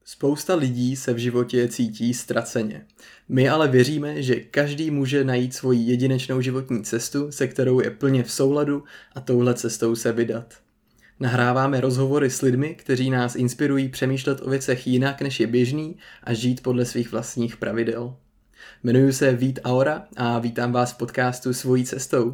Spousta lidí se v životě cítí ztraceně. My ale věříme, že každý může najít svoji jedinečnou životní cestu, se kterou je plně v souladu a touhle cestou se vydat. Nahráváme rozhovory s lidmi, kteří nás inspirují přemýšlet o věcech jinak, než je běžný a žít podle svých vlastních pravidel. Jmenuji se Vít Aura a vítám vás v podcastu Svojí cestou.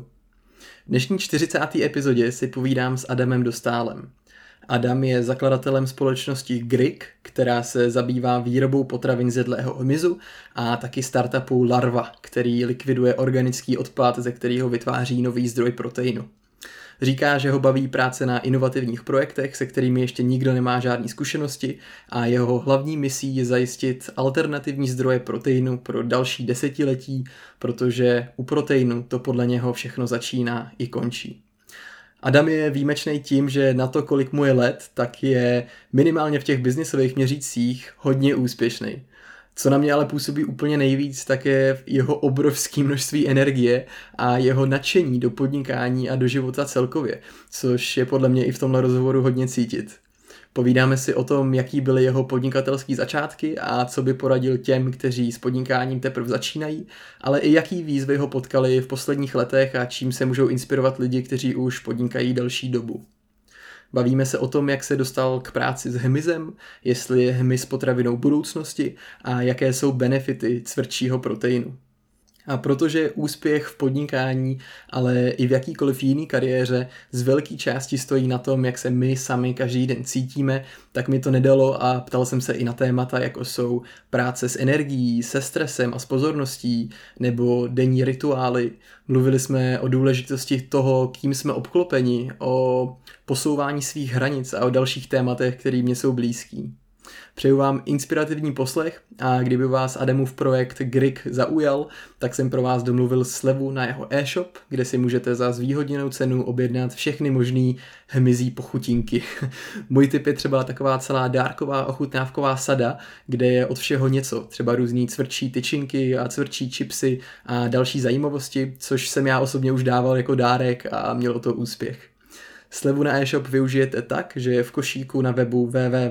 V dnešní 40. epizodě si povídám s Adamem Dostálem. Adam je zakladatelem společnosti GRIK, která se zabývá výrobou potravin z jedlého hmyzu, a taky startupu Larva, který likviduje organický odpad, ze kterého vytváří nový zdroj proteinu. Říká, že ho baví práce na inovativních projektech, se kterými ještě nikdo nemá žádné zkušenosti, a jeho hlavní misí je zajistit alternativní zdroje proteinu pro další desetiletí, protože u proteinu to podle něho všechno začíná i končí. Adam je výjimečný tím, že na to, kolik mu je let, tak je minimálně v těch biznisových měřících hodně úspěšný. Co na mě ale působí úplně nejvíc, tak je jeho obrovské množství energie a jeho nadšení do podnikání a do života celkově, což je podle mě i v tomhle rozhovoru hodně cítit. Povídáme si o tom, jaký byly jeho podnikatelské začátky a co by poradil těm, kteří s podnikáním teprve začínají, ale i jaký výzvy ho potkaly v posledních letech a čím se můžou inspirovat lidi, kteří už podnikají delší dobu. Bavíme se o tom, jak se dostal k práci s hmyzem, jestli je hmyz potravinou budoucnosti a jaké jsou benefity tvrdšího proteinu. A protože úspěch v podnikání, ale i v jakýkoliv jiný kariéře z velké části stojí na tom, jak se my sami každý den cítíme, tak mi to nedalo a ptal jsem se i na témata, jako jsou práce s energií, se stresem a s pozorností, nebo denní rituály. Mluvili jsme o důležitosti toho, kým jsme obklopeni, o posouvání svých hranic a o dalších tématech, které mě jsou blízký. Přeju vám inspirativní poslech a kdyby vás Adamův projekt GRIK zaujal, tak jsem pro vás domluvil slevu na jeho e-shop, kde si můžete za zvýhodněnou cenu objednat všechny možný hmyzí pochutinky. Můj tip je třeba taková celá dárková ochutnávková sada, kde je od všeho něco, třeba různý cvrčí tyčinky a cvrčí chipsy a další zajímavosti, což jsem já osobně už dával jako dárek a mělo to úspěch. Slevu na e-shop využijete tak, že je v košíku na webu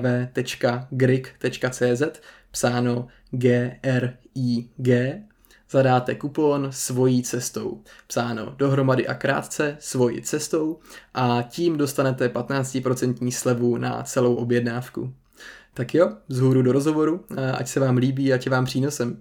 www.grik.cz psáno GRIG, zadáte kupon Svojí cestou, psáno dohromady a krátce Svojí cestou, a tím dostanete 15% slevu na celou objednávku. Tak jo, vzhůru do rozhovoru, ať se vám líbí, ať je vám přínosem.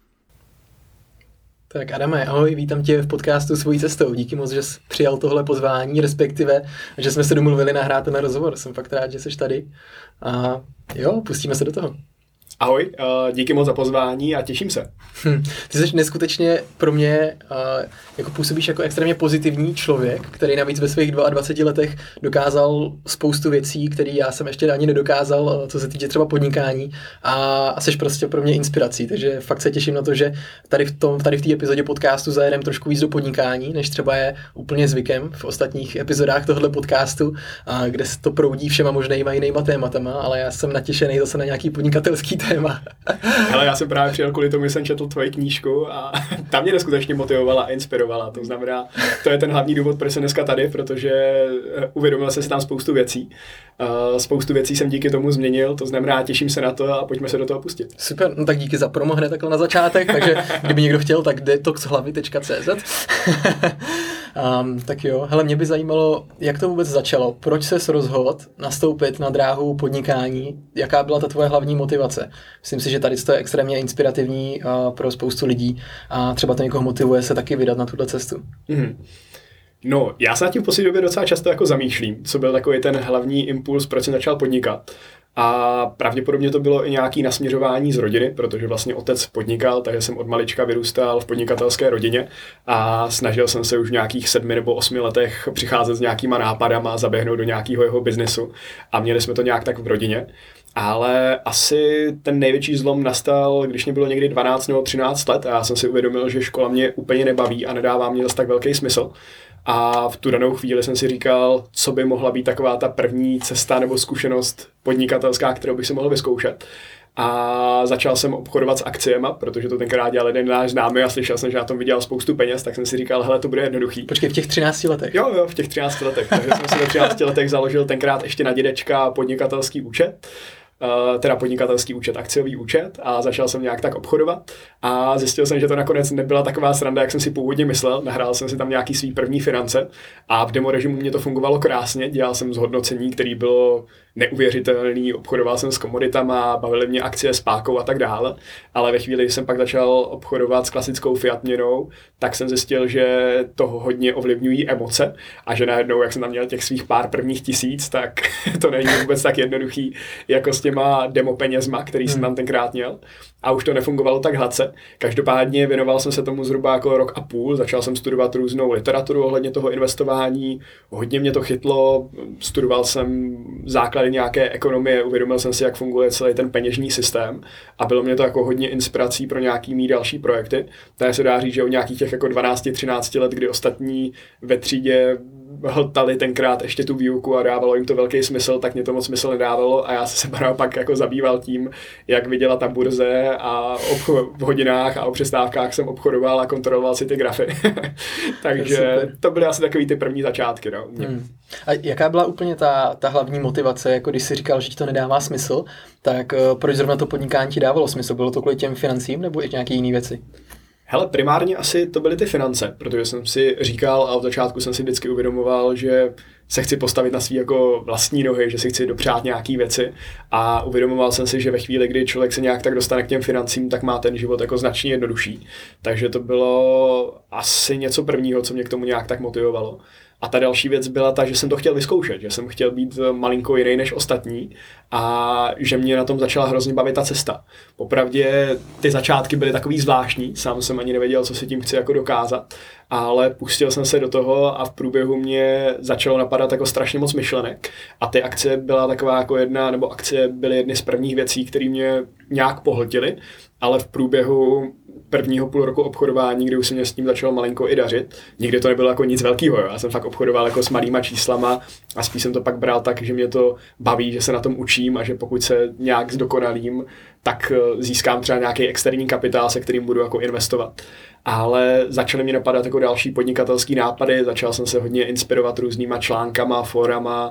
Tak Adame, ahoj, vítám tě v podcastu Svojí cestou. Díky moc, že jsi přijal tohle pozvání, respektive, že jsme se domluvili nahrát ten rozhovor. Jsem fakt rád, že jsi tady. A jo, pustíme se do toho. Ahoj, díky moc za pozvání a těším se. Ty jsi neskutečně pro mě, jako působíš jako extrémně pozitivní člověk, který navíc ve svých 22 letech dokázal spoustu věcí, které já jsem ještě ani nedokázal, co se týče třeba podnikání, a jsi prostě pro mě inspirací, takže fakt se těším na to, že tady v té epizodě podcastu zajedeme trošku víc do podnikání, než třeba je úplně zvykem v ostatních epizodách tohoto podcastu, kde se to proudí všema možnýma jinýma tématama, ale já jsem natěšený zase na nějaký podnikatelský téma. Hele, já jsem právě přijel kvůli tomu, že jsem četl tvoji knížku a ta mě neskutečně motivovala a inspirovala. To znamená, to je ten hlavní důvod, proč jsem dneska tady, protože uvědomil jsem si tam spoustu věcí. Spoustu věcí jsem díky tomu změnil, to znamená, těším se na to a pojďme se do toho pustit. Super, no tak díky za promo hned takhle na začátek, takže kdyby někdo chtěl, tak detoxhlavy.cz. Tak jo, hele, mě by zajímalo, jak to vůbec začalo, proč ses rozhodl nastoupit na dráhu podnikání, jaká byla ta tvoje hlavní motivace. Myslím si, že tady to je extrémně inspirativní pro spoustu lidí a třeba to někoho motivuje se taky vydat na tuto cestu. No, já se nad tím v poslední době docela často jako zamýšlím, co byl takový ten hlavní impuls, proč jsem začal podnikat. A pravděpodobně to bylo i nějaké nasměřování z rodiny, protože vlastně otec podnikal, takže jsem od malička vyrůstal v podnikatelské rodině a snažil jsem se už v nějakých 7 nebo 8 letech přicházet s nějakýma nápadama a zaběhnout do nějakého jeho biznesu a měli jsme to nějak tak v rodině. Ale asi ten největší zlom nastal, když mě bylo někdy 12 nebo 13 let a já jsem si uvědomil, že škola mě úplně nebaví a nedává mě zase tak velký smysl. A v tu danou chvíli jsem si říkal, co by mohla být taková ta první cesta nebo zkušenost podnikatelská, kterou bych si mohl vyzkoušet. A začal jsem obchodovat s akciema, protože to tenkrát dělal jeden náš známý a slyšel jsem, že na tom vydělal spoustu peněz, tak jsem si říkal, hele, to bude jednoduchý. Počkej, v těch 13 letech? Jo, v těch 13 letech. Takže jsem si ve 13 letech založil tenkrát ještě na dědečka podnikatelský účet. teda podnikatelský účet, akciový účet a začal jsem nějak tak obchodovat a zjistil jsem, že to nakonec nebyla taková sranda, jak jsem si původně myslel. Nahrál jsem si tam nějaký svý první finance a v demo režimu mě to fungovalo krásně. Dělal jsem zhodnocení, který bylo neuvěřitelný, obchodoval jsem s komoditama, bavily mě akcie s pákou a tak dále, ale ve chvíli, kdy jsem pak začal obchodovat s klasickou fiat měnou, tak jsem zjistil, že toho hodně ovlivňují emoce a že najednou, jak jsem tam měl těch svých pár prvních 1000, tak to není vůbec tak jednoduchý jako s těma demo penězma, který jsem tam tenkrát měl. A už to nefungovalo tak hladce. Každopádně věnoval jsem se tomu zhruba jako rok a půl, začal jsem studovat různou literaturu ohledně toho investování, hodně mě to chytlo, studoval jsem základy nějaké ekonomie, uvědomil jsem si, jak funguje celý ten peněžní systém a bylo mě to jako hodně inspirací pro nějaký mý další projekty. Tady se dá říct, že od nějakých těch jako 12-13 let, kdy ostatní ve třídě hltali tenkrát ještě tu výuku a dávalo jim to velký smysl, tak mě to moc smysl nedávalo a já se naopak jako zabýval tím, jak vydělat na burze a v hodinách a o přestávkách jsem obchodoval a kontroloval si ty grafy. Takže to byly asi takový ty první začátky. No. A jaká byla úplně ta hlavní motivace, jako když jsi říkal, že ti to nedává smysl, tak proč zrovna to podnikání ti dávalo smysl? Bylo to kvůli těm financím nebo i nějaké jiné věci? Hele, primárně asi to byly ty finance, protože jsem si říkal a od začátku jsem si vždycky uvědomoval, že se chci postavit na svý jako vlastní nohy, že si chci dopřát nějaký věci a uvědomoval jsem si, že ve chvíli, kdy člověk se nějak tak dostane k těm financím, tak má ten život jako značně jednodušší. Takže to bylo asi něco prvního, co mě k tomu nějak tak motivovalo. A ta další věc byla ta, že jsem to chtěl vyzkoušet, že jsem chtěl být malinko jiný než ostatní a že mě na tom začala hrozně bavit ta cesta. Popravdě ty začátky byly takový zvláštní, sám jsem ani nevěděl, co si tím chci jako dokázat, ale pustil jsem se do toho a v průběhu mě začalo napadat jako strašně moc myšlenek a ty akcie byla taková jako akcie byly jedny z prvních věcí, které mě nějak pohltily, ale v průběhu prvního půl roku obchodování, kdy už se mě s tím začalo malinko i dařit. Nikdy to nebylo jako nic velkého, já jsem fakt obchodoval jako s malýma číslama a spíš jsem to pak bral tak, že mě to baví, že se na tom učím a že pokud se nějak zdokonalím, tak získám třeba nějaký externí kapitál, se kterým budu jako investovat. Ale začaly mi napadat jako další podnikatelský nápady, začal jsem se hodně inspirovat různýma článkama, forama,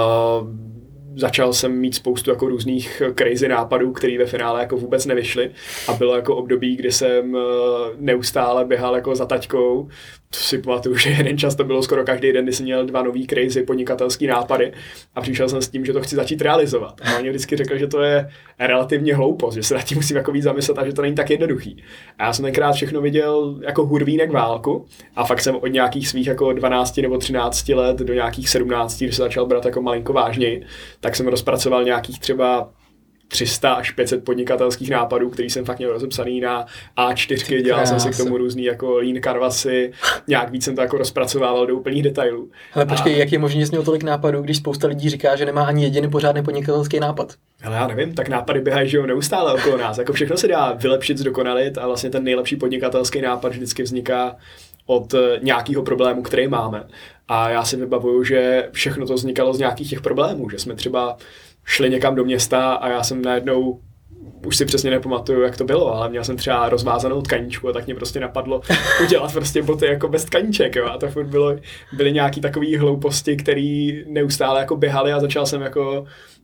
začal jsem mít spoustu jako různých crazy nápadů, které ve finále jako vůbec nevyšly a bylo jako období, kdy jsem neustále běhal jako za taťkou. To si pamatuju, že jeden čas to bylo skoro každý den, kdy jsem měl 2 nový crazy podnikatelský nápady a přišel jsem s tím, že to chci začít realizovat. A on mě vždycky řekl, že to je relativně hloupost, že se nad tím musím jako víc zamyslet a že to není tak jednoduchý. A já jsem tenkrát všechno viděl jako hurvínek válku a fakt jsem od nějakých svých jako 12 nebo 13 let do nějakých 17, když se začal brát jako malinko vážněji, tak jsem rozpracoval nějakých třeba 300 až 500 podnikatelských nápadů, který jsem fakt měl rozepsaný na A4, dělal jsem si k tomu různý jako lean canvasy, nějak víc jsem to jako rozpracovával do úplných detailů. Ale počkej, jak je možné, že jsi měl tolik nápadů, když spousta lidí říká, že nemá ani jediný pořádný podnikatelský nápad? Ale já nevím, tak nápady běhají, že jo, neustále okolo nás. Jako všechno se dá vylepšit, zdokonalit a vlastně ten nejlepší podnikatelský nápad vždycky vzniká od nějakého problému, který máme. A já si vybavuju, že všechno to vznikalo z nějakých těch problémů, že jsme třeba šli někam do města a já jsem najednou, už si přesně nepamatuju, jak to bylo, ale měl jsem třeba rozvázanou tkaníčku a tak mě prostě napadlo udělat prostě boty jako bez tkaníček, jo, a to furt byly nějaký takový hlouposti, které neustále jako běhaly a začal jsem jako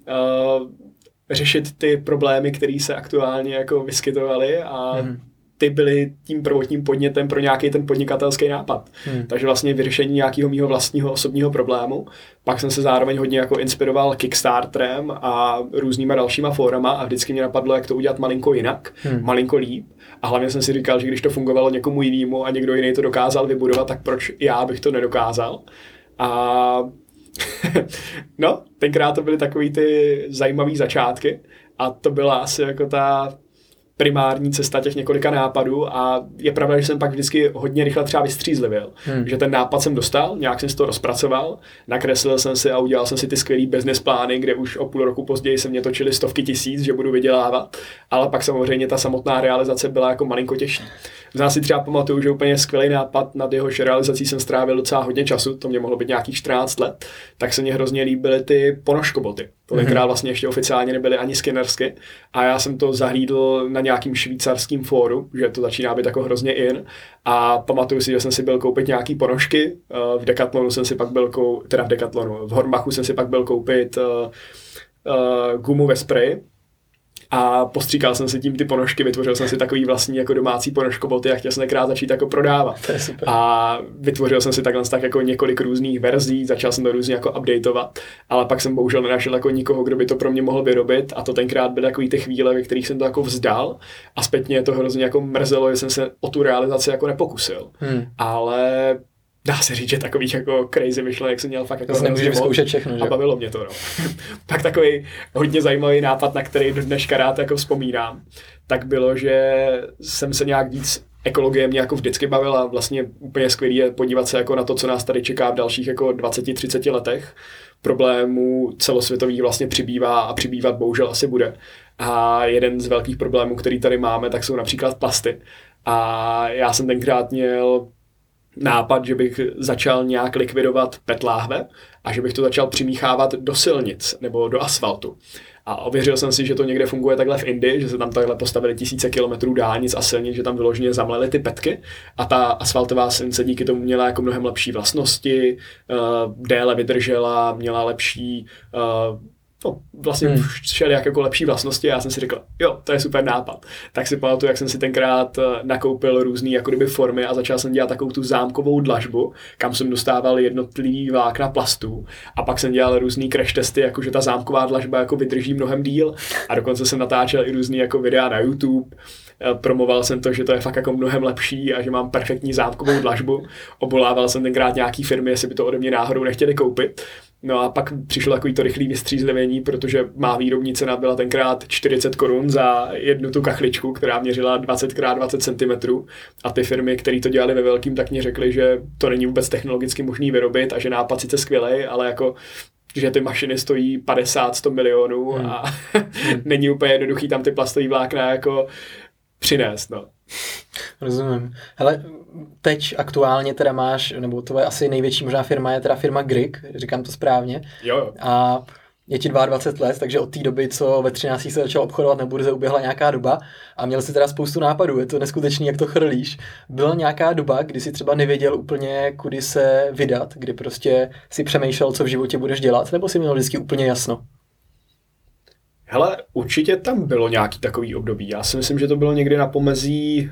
řešit ty problémy, které se aktuálně jako vyskytovaly a ty byly tím prvotním podnětem pro nějaký ten podnikatelský nápad. Takže vlastně vyřešení nějakého mýho vlastního osobního problému. Pak jsem se zároveň hodně jako inspiroval Kickstarterem a různýma dalšíma fórama a vždycky mě napadlo, jak to udělat malinko jinak, malinko líp. A hlavně jsem si říkal, že když to fungovalo někomu jinému a někdo jiný to dokázal vybudovat, tak proč já bych to nedokázal. A no, tenkrát to byly takový ty zajímavý začátky a to byla asi jako ta primární cesta těch několika nápadů a je pravda, že jsem pak vždycky hodně rychle třeba vystřízlivěl. Že ten nápad jsem dostal, nějak jsem si to rozpracoval, nakreslil jsem si a udělal jsem si ty skvělý business plány, kde už o půl roku později se mě točily stovky tisíc, že budu vydělávat, ale pak samozřejmě ta samotná realizace byla jako malinko těžší. Já si třeba pamatuju, že úplně skvělý nápad, nad jehož realizací jsem strávil docela hodně času, to mě mohlo být nějakých 14 let, tak se mně hrozně líbily ty ponožkoboty. To tenkrát vlastně ještě oficiálně nebyly ani skinnersky a já jsem to zahlídl na nějakým švýcarským fóru, že to začíná být jako hrozně in a pamatuju si, že jsem si byl koupit nějaký ponožky, v Decathlonu jsem si pak byl v Hornbachu jsem si pak byl koupit gumu ve spreji a postříkal jsem si tím ty ponožky, vytvořil jsem si takový vlastní jako domácí ponožkoboty a chtěl jsem tenkrát začít jako prodávat. To je super. A vytvořil jsem si takhle tak jako několik různých verzí, začal jsem to různě jako updateovat, ale pak jsem bohužel nenašel jako nikoho, kdo by to pro mě mohl vyrobit a to tenkrát byly takový ty chvíle, ve kterých jsem to jako vzdal a zpětně to hrozně jako mrzelo, že jsem se o tu realizaci jako nepokusil. Ale dá se říct, že takových jako crazy myšlenek jsem měl fakt jako hrozně zkoušet všechno, že? A bavilo mě to, no. Tak takový hodně zajímavý nápad, na který do dneška rád jako vzpomínám, tak bylo, že jsem se nějak víc ekologie mě jako vždycky bavila. Vlastně úplně skvělý je podívat se jako na to, co nás tady čeká v dalších jako 20-30 letech. Problémů celosvětových vlastně přibývá a přibývat bohužel asi bude. A jeden z velkých problémů, který tady máme, tak jsou například plasty. A já jsem tenkrát měl nápad, že bych začal nějak likvidovat PET láhve a že bych to začal přimíchávat do silnic nebo do asfaltu. A ověřil jsem si, že to někde funguje takhle v Indii, že se tam takhle postavili tisíce kilometrů dálnic a silnic, že tam vyloženě zamleli ty petky a ta asfaltová silnice díky tomu měla jako mnohem lepší vlastnosti, déle vydržela, měla lepší vlastně všelijak jako lepší vlastnosti a já jsem si řekl, jo, to je super nápad. Tak si pamatuju, jak jsem si tenkrát nakoupil různý jako kdyby formy a začal jsem dělat takovou tu zámkovou dlažbu, kam jsem dostával jednotlivý vlákna plastů a pak jsem dělal různý crash testy, jako že ta zámková dlažba jako vydrží mnohem díl a dokonce jsem natáčel i různý jako videa na YouTube. Promoval jsem to, že to je fakt jako mnohem lepší a že mám perfektní zámkovou dlažbu. Obolával jsem tenkrát nějaký firmy, jestli by to ode mě náhodou nechtěli koupit. No a pak přišlo takový to rychlý vystřízlivění, protože má výrobní cena byla tenkrát 40 korun za jednu tu kachličku, která měřila 20x20 cm. A ty firmy, které to dělali ve velkým, tak mě řekly, že to není vůbec technologicky možný vyrobit a že nápad sice skvělej, ale jako že ty mašiny stojí 50-100 milionů a není úplně jednoduchý tam ty plastové vlákna jako přinést, no. Rozumím. Hele, teď aktuálně teda máš, nebo tvoje asi největší možná firma je teda firma Grig, říkám to správně. Jo. A je ti 22 let, takže od té doby, co ve 13 se začal obchodovat na burze, uběhla nějaká doba a měl jsi teda spoustu nápadů, je to neskutečný, jak to chrlíš. Byla nějaká doba, kdy jsi třeba nevěděl úplně, kudy se vydat, kdy prostě si přemýšlel, co v životě budeš dělat, nebo jsi měl vždycky úplně jasno? Hele, určitě tam bylo nějaký takový období. Já si myslím, že to bylo někdy na pomezí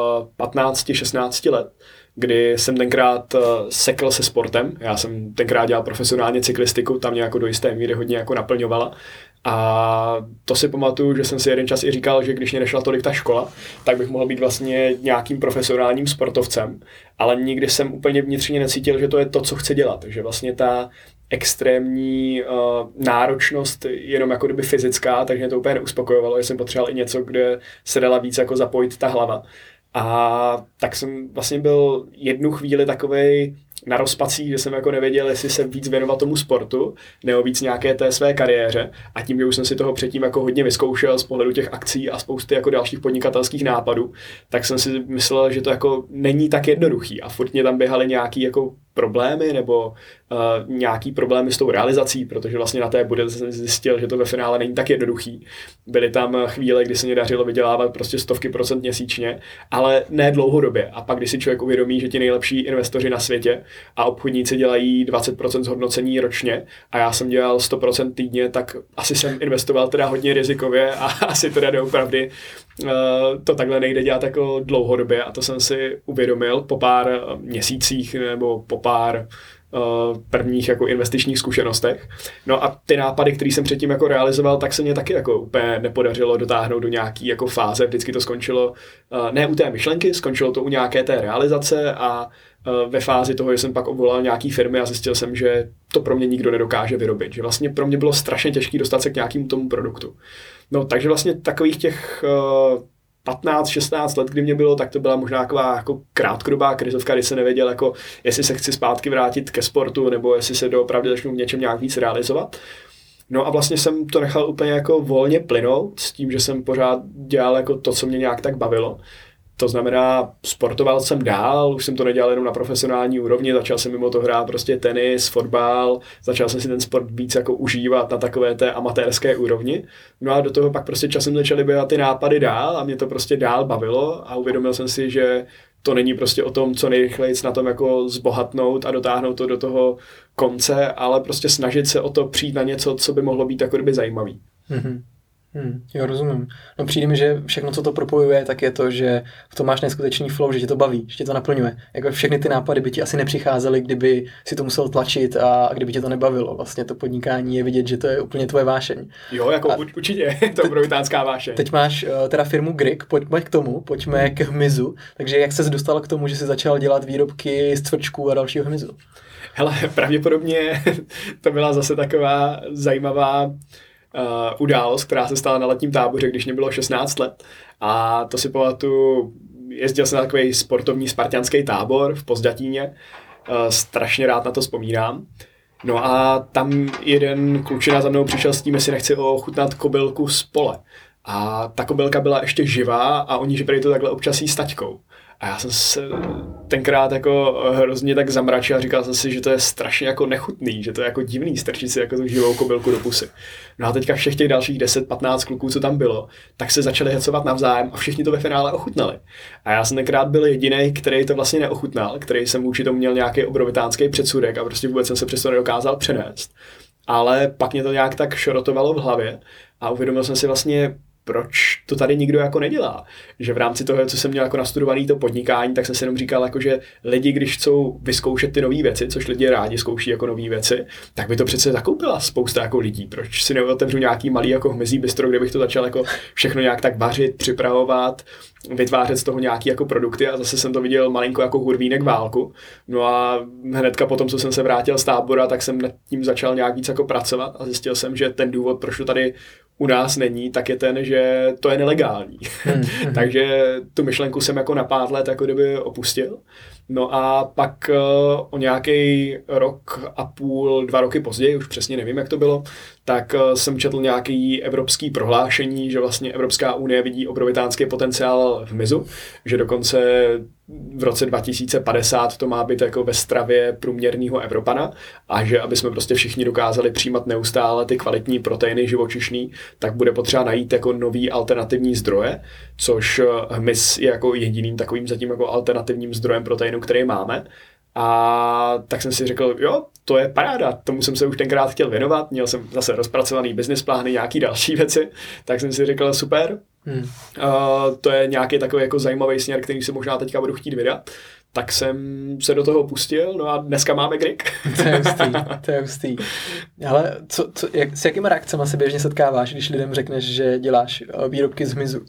15-16 let, kdy jsem tenkrát sekl se sportem. Já jsem tenkrát dělal profesionálně cyklistiku, tam mě jako do jisté míry hodně jako naplňovala. A to si pamatuju, že jsem si jeden čas i říkal, že když mě nešla tolik ta škola, tak bych mohl být vlastně nějakým profesionálním sportovcem. Ale nikdy jsem úplně vnitřně necítil, že to je to, co chci dělat. Že vlastně ta extrémní náročnost jenom jako kdyby fyzická, takže mě to úplně neuspokojovalo, že jsem potřeboval i něco, kde se dala víc jako zapojit ta hlava. A tak jsem vlastně byl jednu chvíli takovej na rozpacích, že jsem jako nevěděl, jestli se víc věnovat tomu sportu, nebo víc nějaké té své kariéře. A tím, že už jsem si toho předtím jako hodně vyzkoušel z pohledu těch akcí a spousty jako dalších podnikatelských nápadů, tak jsem si myslel, že to jako není tak jednoduchý. A furt mě tam běhaly nějaký jako problémy nebo nějaký problémy s tou realizací, protože vlastně na té bude jsem zjistil, že to ve finále není tak jednoduchý. Byly tam chvíle, kdy se mě dařilo vydělávat prostě stovky procent měsíčně, ale ne dlouhodobě. A pak, když si člověk uvědomí, že ti nejlepší investoři na světě a obchodníci dělají 20% zhodnocení ročně a já jsem dělal 100% týdně, tak asi jsem investoval teda hodně rizikově a asi teda doopravdy to takhle nejde dělat jako dlouhodobě a to jsem si uvědomil po pár měsících nebo po pár prvních jako investičních zkušenostech. No a ty nápady, které jsem předtím jako realizoval, tak se mě taky jako úplně nepodařilo dotáhnout do nějaký jako fáze. Vždycky to skončilo ne u té myšlenky, skončilo to u nějaké té realizace a ve fázi toho, že jsem pak obvolal nějaký firmy a zjistil jsem, že to pro mě nikdo nedokáže vyrobit. Že vlastně pro mě bylo strašně těžké dostat se k nějakému tomu produktu. No takže vlastně takových těch 15-16 let, kdy mě bylo, tak to byla možná taková jako krátkodobá krizovka, kdy se nevěděl, jako, jestli se chci zpátky vrátit ke sportu, nebo jestli se doopravdy začnu v něčem nějak víc realizovat. No a vlastně jsem to nechal úplně jako volně plynout s tím, že jsem pořád dělal jako to, co mě nějak tak bavilo. To znamená, sportoval jsem dál, už jsem to nedělal jenom na profesionální úrovni, začal jsem mimo to hrát prostě tenis, fotbal, začal jsem si ten sport víc jako užívat na takové té amatérské úrovni. No a do toho pak prostě časem začaly být ty nápady dál a mě to prostě dál bavilo a uvědomil jsem si, že to není prostě o tom, co nejrychleji na tom jako zbohatnout a dotáhnout to do toho konce, ale prostě snažit se o to přijít na něco, co by mohlo být jako kdyby zajímavý. Jo, rozumím. No přijde mi, že všechno, co to propojuje, tak je to, že v tom máš neskutečný flow, že tě to baví, že tě to naplňuje. Jako všechny ty nápady by ti asi nepřicházely, kdyby si to musel tlačit a kdyby tě to nebavilo. Vlastně to podnikání je vidět, že to je úplně tvoje vášeň. Jo, jako určitě, to je obrovitánská vášeň. Teď máš teda firmu Grig, pojďme k tomu, pojďme k hmyzu. Takže jak ses dostal k tomu, že jsi začal dělat výrobky z cvrčků a dalšího hmyzu? Hele, pravděpodobně to byla zase taková zajímavá událost, která se stala na letním táboře, když mě bylo 16 let. A to si pamatuju, jezdil jsem na takový sportovní spartianský tábor v Pozdětíně. Strašně rád na to vzpomínám. No a tam jeden klučina za mnou přišel s tím, jestli nechci ochutnat kobylku z pole. A ta kobylka byla ještě živá a oni, že prý to takhle občas jí s taťkou. A já jsem se tenkrát jako hrozně tak zamračil a říkal jsem si, že to je strašně jako nechutný, že to je jako divný strčit si jako tu živou kobylku do pusy. No a teďka všech těch dalších 10-15 kluků, co tam bylo, tak se začali hecovat navzájem a všichni to ve finále ochutnali. A já jsem tenkrát byl jediný, který to vlastně neochutnal, který jsem vůči tomu měl nějaký obrovitánský předsudek a prostě vůbec jsem se přesto nedokázal přenést. Ale pak mě to nějak tak šrotovalo v hlavě a uvědomil jsem si vlastně, proč to tady nikdo jako nedělá. Že v rámci toho, co jsem měl jako nastudovaný to podnikání, tak jsem si jenom říkal, jako, že lidi, když chcou vyzkoušet ty nové věci, což lidi rádi zkouší jako nové věci, tak by to přece zakoupila spousta jako lidí. Proč si neotevřu nějaký malý jako hmyzí bistro, kde bych to začal jako všechno nějak tak vařit, připravovat, vytvářet z toho nějaký jako produkty a zase jsem to viděl malinko jako hurvínek válku. No a hnedka potom, co jsem se vrátil z tábora, tak jsem nad tím začal nějak víc jako pracovat a zjistil jsem, že ten důvod, proč to tady u nás není, tak je ten, že to je nelegální. Takže tu myšlenku jsem jako na pár let jako kdyby opustil. No a pak o nějaký rok a půl, 2 roky později, už přesně nevím, jak to bylo, tak jsem četl nějaký evropský prohlášení, že vlastně Evropská unie vidí obrovitánský potenciál v hmyzu, že dokonce v roce 2050 to má být jako ve stravě průměrného Evropana a že aby jsme prostě všichni dokázali přijímat neustále ty kvalitní proteiny živočišný, tak bude potřeba najít jako nový alternativní zdroje, což hmyz je jako jediným takovým zatím jako alternativním zdrojem proteinu, který máme. A tak jsem si řekl, jo, to je paráda, tomu jsem se už tenkrát chtěl věnovat, měl jsem zase rozpracovaný business plány, nějaký další věci, tak jsem si řekl, super, to je nějaký takový jako zajímavý směr, který si možná teďka budu chtít vydat. Tak jsem se do toho pustil, no a dneska máme Grig. To je hustý. Ale s jakými reakcemi se běžně setkáváš, když lidem řekneš, že děláš výrobky z hmyzu?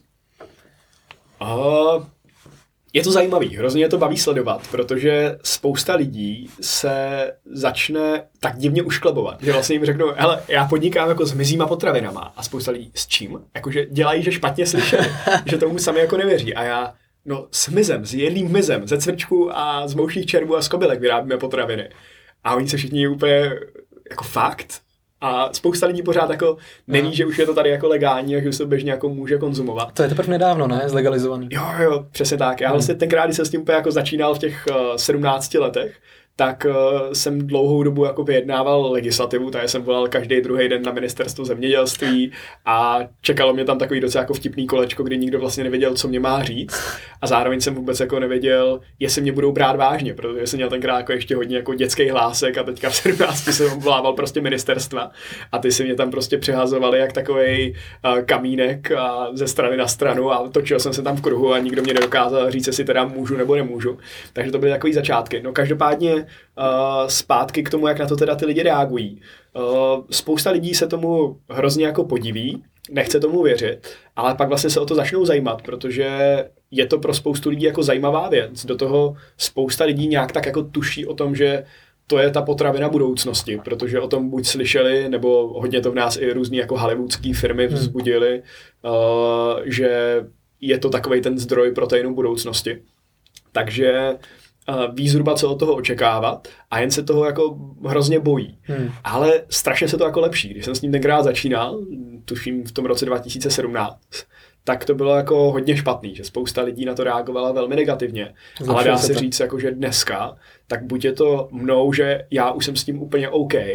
Je to zajímavý, hrozně to baví sledovat, protože spousta lidí se začne tak divně ušklebovat, že vlastně jim řeknou, hele, já podnikám jako s hmyzíma potravinama a spousta lidí s čím? Jakože dělají, že špatně slyšeli, že tomu sami jako nevěří a já, no s hmyzem, s jedlým hmyzem, ze cvrčků a z mouších červů a z kobylek vyrábíme potraviny. A oni se všichni úplně jako fakt. A spousta lidí pořád jako neví, že už je to tady jako legální a že se to běžně jako může konzumovat. To je teprve nedávno, ne? Zlegalizovaný. Jo, přesně tak. Já vlastně tenkrát, když jsem s tím úplně jako začínal v těch 17 letech, tak jsem dlouhou dobu jako vyjednával legislativu, takže jsem volal každý druhý den na ministerstvo zemědělství a čekalo mě tam takový docela jako vtipný kolečko, kdy nikdo vlastně nevěděl, co mě má říct a zároveň jsem vůbec jako nevěděl, jestli mě budou brát vážně, protože jsem měl tenkrát jako ještě hodně jako dětský hlásek a teďka v 17 jsem volával prostě ministerstva a ty si mě tam prostě přihazovali jak takovej kamínek a ze strany na stranu a točil jsem se tam v kruhu a nikdo mě nedokázal říct, jestli teda můžu nebo nemůžu. Takže to byly takový začátky. No každopádně zpátky k tomu, jak na to teda ty lidi reagují. Spousta lidí se tomu hrozně jako podiví, nechce tomu věřit, ale pak vlastně se o to začnou zajímat, protože je to pro spoustu lidí jako zajímavá věc. Do toho spousta lidí nějak tak jako tuší o tom, že to je ta potravina budoucnosti, protože o tom buď slyšeli, nebo hodně to v nás i různý jako hollywoodský firmy vzbudili, že je to takovej ten zdroj proteinu budoucnosti. Takže ví zhruba, co od toho očekávat a jen se toho jako hrozně bojí. Ale strašně se to jako lepší. Když jsem s ním tenkrát začínal, tuším v tom roce 2017, tak to bylo jako hodně špatný, že spousta lidí na to reagovala velmi negativně. Ale dá se říct, jako, že dneska, tak buď je to mnou, že já už jsem s tím úplně OK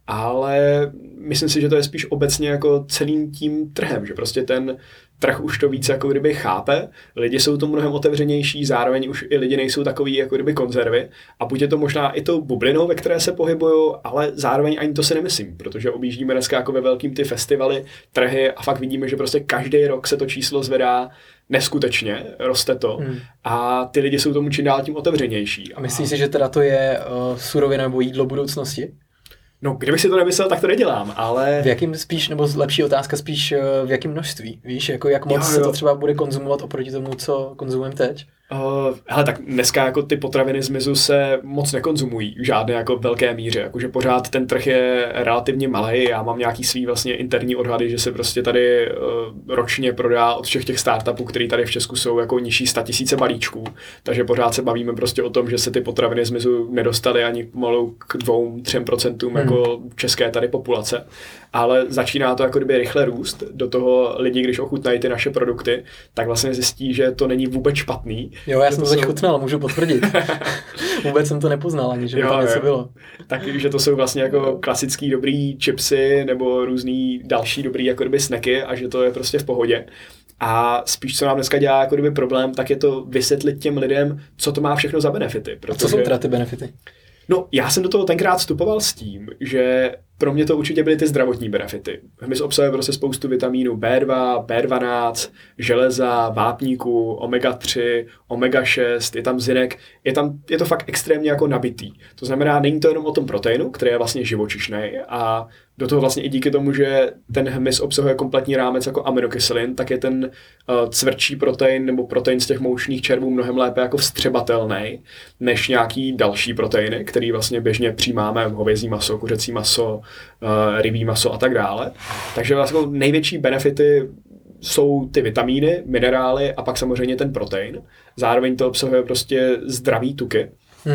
ale myslím si, že to je spíš obecně jako celým tím trhem, že prostě ten trh už to víc jako kdyby chápe, lidi jsou to mnohem otevřenější, zároveň už i lidi nejsou takový jako kdyby konzervy a buď je to možná i tou bublinou, ve které se pohybují, ale zároveň ani to si nemyslím, protože objíždíme dneska jako ve velkým ty festivaly, trhy a fakt vidíme, že prostě každý rok se to číslo zvedá neskutečně, roste to a ty lidi jsou tomu čím dál tím otevřenější. A myslíš si, že teda to je surovina nebo jídlo budoucnosti? No, kdybych si to nemyslel, tak to nedělám, ale... V jakým spíš, nebo lepší otázka spíš, v jakém množství? Víš, jako jak moc se to třeba bude konzumovat oproti tomu, co konzumujeme teď? Hele, tak dneska jako ty potraviny z mizu se moc nekonzumují v žádné jako velké míře, jakože pořád ten trh je relativně malý, já mám nějaký svý vlastně interní odhady, že se prostě tady ročně prodá od všech těch startupů, který tady v Česku jsou jako nižší 100 000 balíčků, takže pořád se bavíme prostě o tom, že se ty potraviny z mizu nedostaly ani pomalu k 2-3% jako české tady populace, ale začíná to jako kdyby rychle růst, do toho lidi, když ochutnají ty naše produkty, tak vlastně zjistí, že to není vůbec špatný. Jo, já jsem to teď chutnal, můžu potvrdit. Vůbec jsem to nepoznal ani, že by tam něco bylo. Takže to jsou vlastně jako klasický dobrý chipsy nebo různý další dobrý jako kdyby snacky a že to je prostě v pohodě. A spíš, co nám dneska dělá jako kdyby problém, tak je to vysvětlit těm lidem, co to má všechno za benefity. A co jsou teda ty benefity? No, já jsem do toho tenkrát vstupoval s tím, že pro mě to určitě byly ty zdravotní benefity. Hmyz obsahuje prostě spoustu vitamínů B2, B12, železa, vápníku, omega-3, omega-6, je tam zinek, je to fakt extrémně jako nabitý. To znamená, není to jenom o tom proteinu, který je vlastně živočišnej a do toho vlastně i díky tomu, že ten hmyz obsahuje kompletní rámec jako aminokyselin, tak je ten cvrčí protein nebo protein z těch moučných červů mnohem lépe jako vstřebatelný než nějaký další proteiny, který vlastně běžně přijímáme, hovězí maso, kuřecí maso, rybí maso a tak dále. Takže vlastně největší benefity jsou ty vitamíny, minerály a pak samozřejmě ten protein. Zároveň to obsahuje prostě zdravý tuky.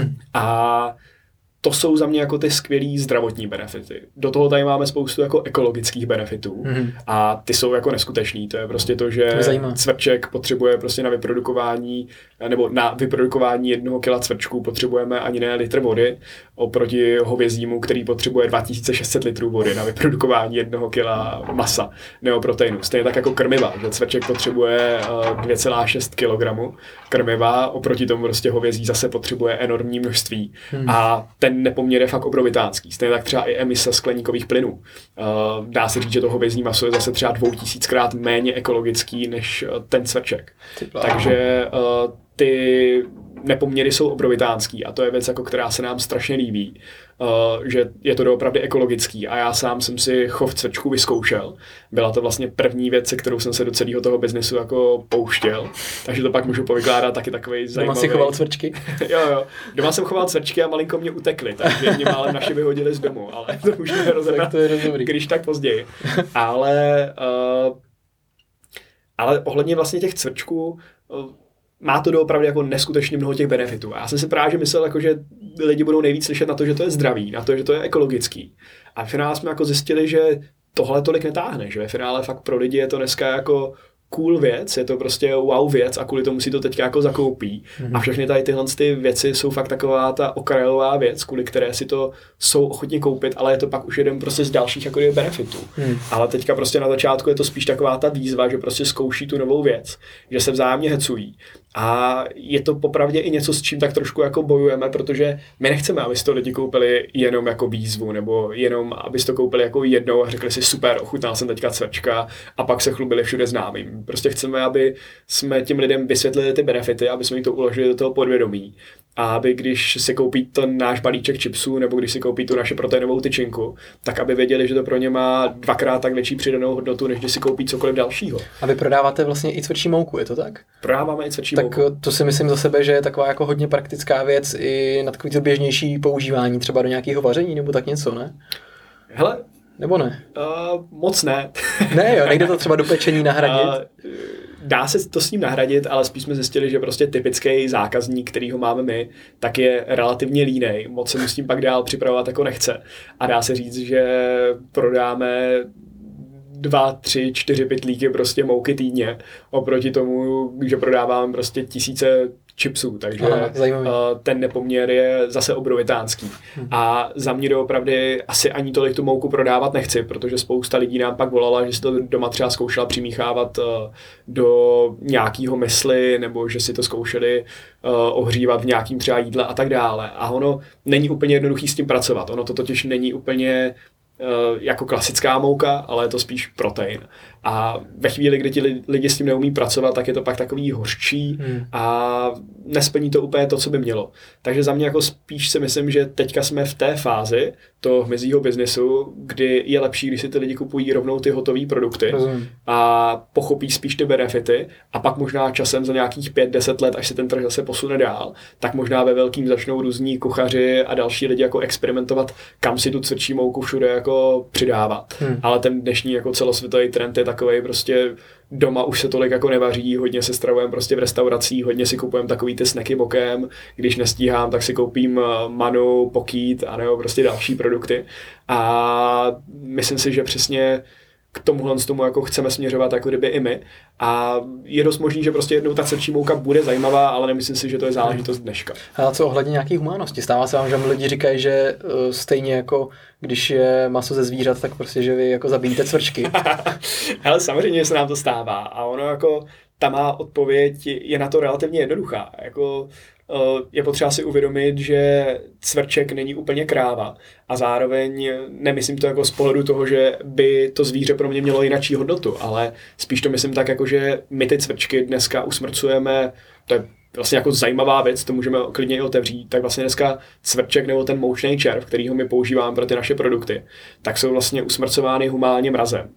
A to jsou za mě jako ty skvělý zdravotní benefity. Do toho tady máme spoustu jako ekologických benefitů a ty jsou jako neskutečný. To je prostě to, že cvrček potřebuje prostě na vyprodukování nebo na vyprodukování 1 kila cvrčků potřebujeme ani ne litr vody oproti hovězímu, který potřebuje 2600 litrů vody na vyprodukování 1 kila masa nebo proteinu. Stejně tak jako krmiva, že cvrček potřebuje 2,6 kg krmiva, oproti tomu prostě hovězí zase potřebuje enormní množství a ten nepoměr je fakt obrovitánský. Stejně tak třeba i emise skleníkových plynů. Dá se říct, že to hovězí maso je zase třeba 2000krát méně ekologický než ten cvrček. Takže ty nepoměry jsou obrovitánský a to je věc, jako která se nám strašně líbí, že je to doopravdy ekologický a já sám jsem si chov cvrčků vyzkoušel. Byla to vlastně první věc, se kterou jsem se do celého toho biznesu jako pouštěl, takže to pak můžu povykládat taky takovej zajímavý. Doma si choval cvrčky? Jo. Doma jsem choval cvrčky a malinko mě utekly, takže mě málem naši vyhodili z domu, ale to můžeme rozebrat, když tak později. Ale ohledně vlastně těch cvrčků má to doopravdy jako neskutečně mnoho těch benefitů. A já jsem si právě myslel, jako, že lidi budou nejvíc slyšet na to, že to je zdravý, na to, že to je ekologický. A v finále jsme jako zjistili, že tohle tolik netáhne, že ve finále fakt pro lidi je to dneska jako cool věc, je to prostě wow věc a kvůli tomu si to teďka jako zakoupí. A všechny tady tyhle ty věci jsou fakt taková ta okrajová věc, kvůli které si to jsou ochotni koupit, ale je to pak už jeden prostě z dalších jako benefitů. Ale teďka prostě na začátku je to spíš taková ta výzva, že prostě zkouší tu novou věc, že se vzájemně hecují. A je to popravdě i něco, s čím tak trošku jako bojujeme, protože my nechceme, aby si to lidi koupili jenom jako výzvu, nebo jenom, aby si to koupili jako jednou a řekli si super, ochutnal jsem teďka cvrčka a pak se chlubili všude známým. Prostě chceme, aby jsme těm lidem vysvětlili ty benefity, aby jsme jim to uložili do toho podvědomí. A aby když si koupí ten náš balíček chipsů nebo když si koupí tu naše proteinovou tyčinku, tak aby věděli, že to pro ně má 2x tak větší přidanou hodnotu, než když si koupí cokoliv dalšího. A vy prodáváte vlastně i cvrčí mouku, je to tak? Prodáváme i cvrčí mouku. Tak to si myslím za sebe, že je taková jako hodně praktická věc i na takový to běžnější používání, třeba do nějakého vaření nebo tak něco, ne? Hele, nebo ne? Moc ne. Ne jo, nejde to třeba do pečení nahradit? Dá se to s ním nahradit, ale spíš jsme zjistili, že prostě typický zákazník, který ho máme my, tak je relativně línej, moc se mu s tím pak dál připravovat jako nechce. A dá se říct, že prodáme 2, 3, 4 pytlíky prostě mouky týdně, oproti tomu, že prodáváme prostě tisíce chipsů, takže ten nepoměr je zase obrovitánský. A za mě doopravdy asi ani tolik tu mouku prodávat nechci, protože spousta lidí nám pak volala, že si to doma třeba zkoušela přimíchávat do nějakého mysli, nebo že si to zkoušeli ohřívat v nějakým třeba jídle a tak dále. A ono není úplně jednoduchý s tím pracovat. Ono to totiž není úplně jako klasická mouka, ale je to spíš protein. A ve chvíli, kdy ti lidi s tím neumí pracovat, tak je to pak takový hořčí a nesplní to úplně to, co by mělo. Takže za mě jako spíš si myslím, že teďka jsme v té fázi toho hmyzího biznesu, kdy je lepší, když si ty lidi kupují rovnou ty hotové produkty a pochopí spíš ty benefity a pak možná časem za nějakých 5-10 let, až se ten trh zase posune dál, tak možná ve velkým začnou různí kuchaři a další lidi jako experimentovat, kam si tu cvrčí mouku všude jako přidávat. Ale ten dnešní jako celosvětový trend je takovej prostě doma už se tolik jako nevaří, hodně se stravujeme prostě v restauracích, hodně si kupujeme takový ty snacky bokem, když nestíhám, tak si koupím manu, pokýt a nebo prostě další produkty. A myslím si, že přesně k tomuhle tomu jako chceme směřovat jako kdyby i my. A je dost možný, že prostě jednou ta cvrčí mouka bude zajímavá, ale nemyslím si, že to je záležitost dneška. A co ohledně nějakých humánosti? Stává se vám, že lidi říkají, že stejně jako když je maso ze zvířat, tak prostě, že vy jako zabijíte cvrčky. Ale samozřejmě se nám to stává. A ono jako ta má odpověď je na to relativně jednoduchá. Jako je potřeba si uvědomit, že cvrček není úplně kráva a zároveň nemyslím to jako z pohledu toho, že by to zvíře pro mě mělo jinačí hodnotu, ale spíš to myslím tak, jako že my ty cvrčky dneska usmrcujeme, to je vlastně jako zajímavá věc, to můžeme klidně i otevřít, tak vlastně dneska cvrček nebo ten moučný červ, kterýho my používáme pro ty naše produkty, tak jsou vlastně usmrcovány humánně mrazem.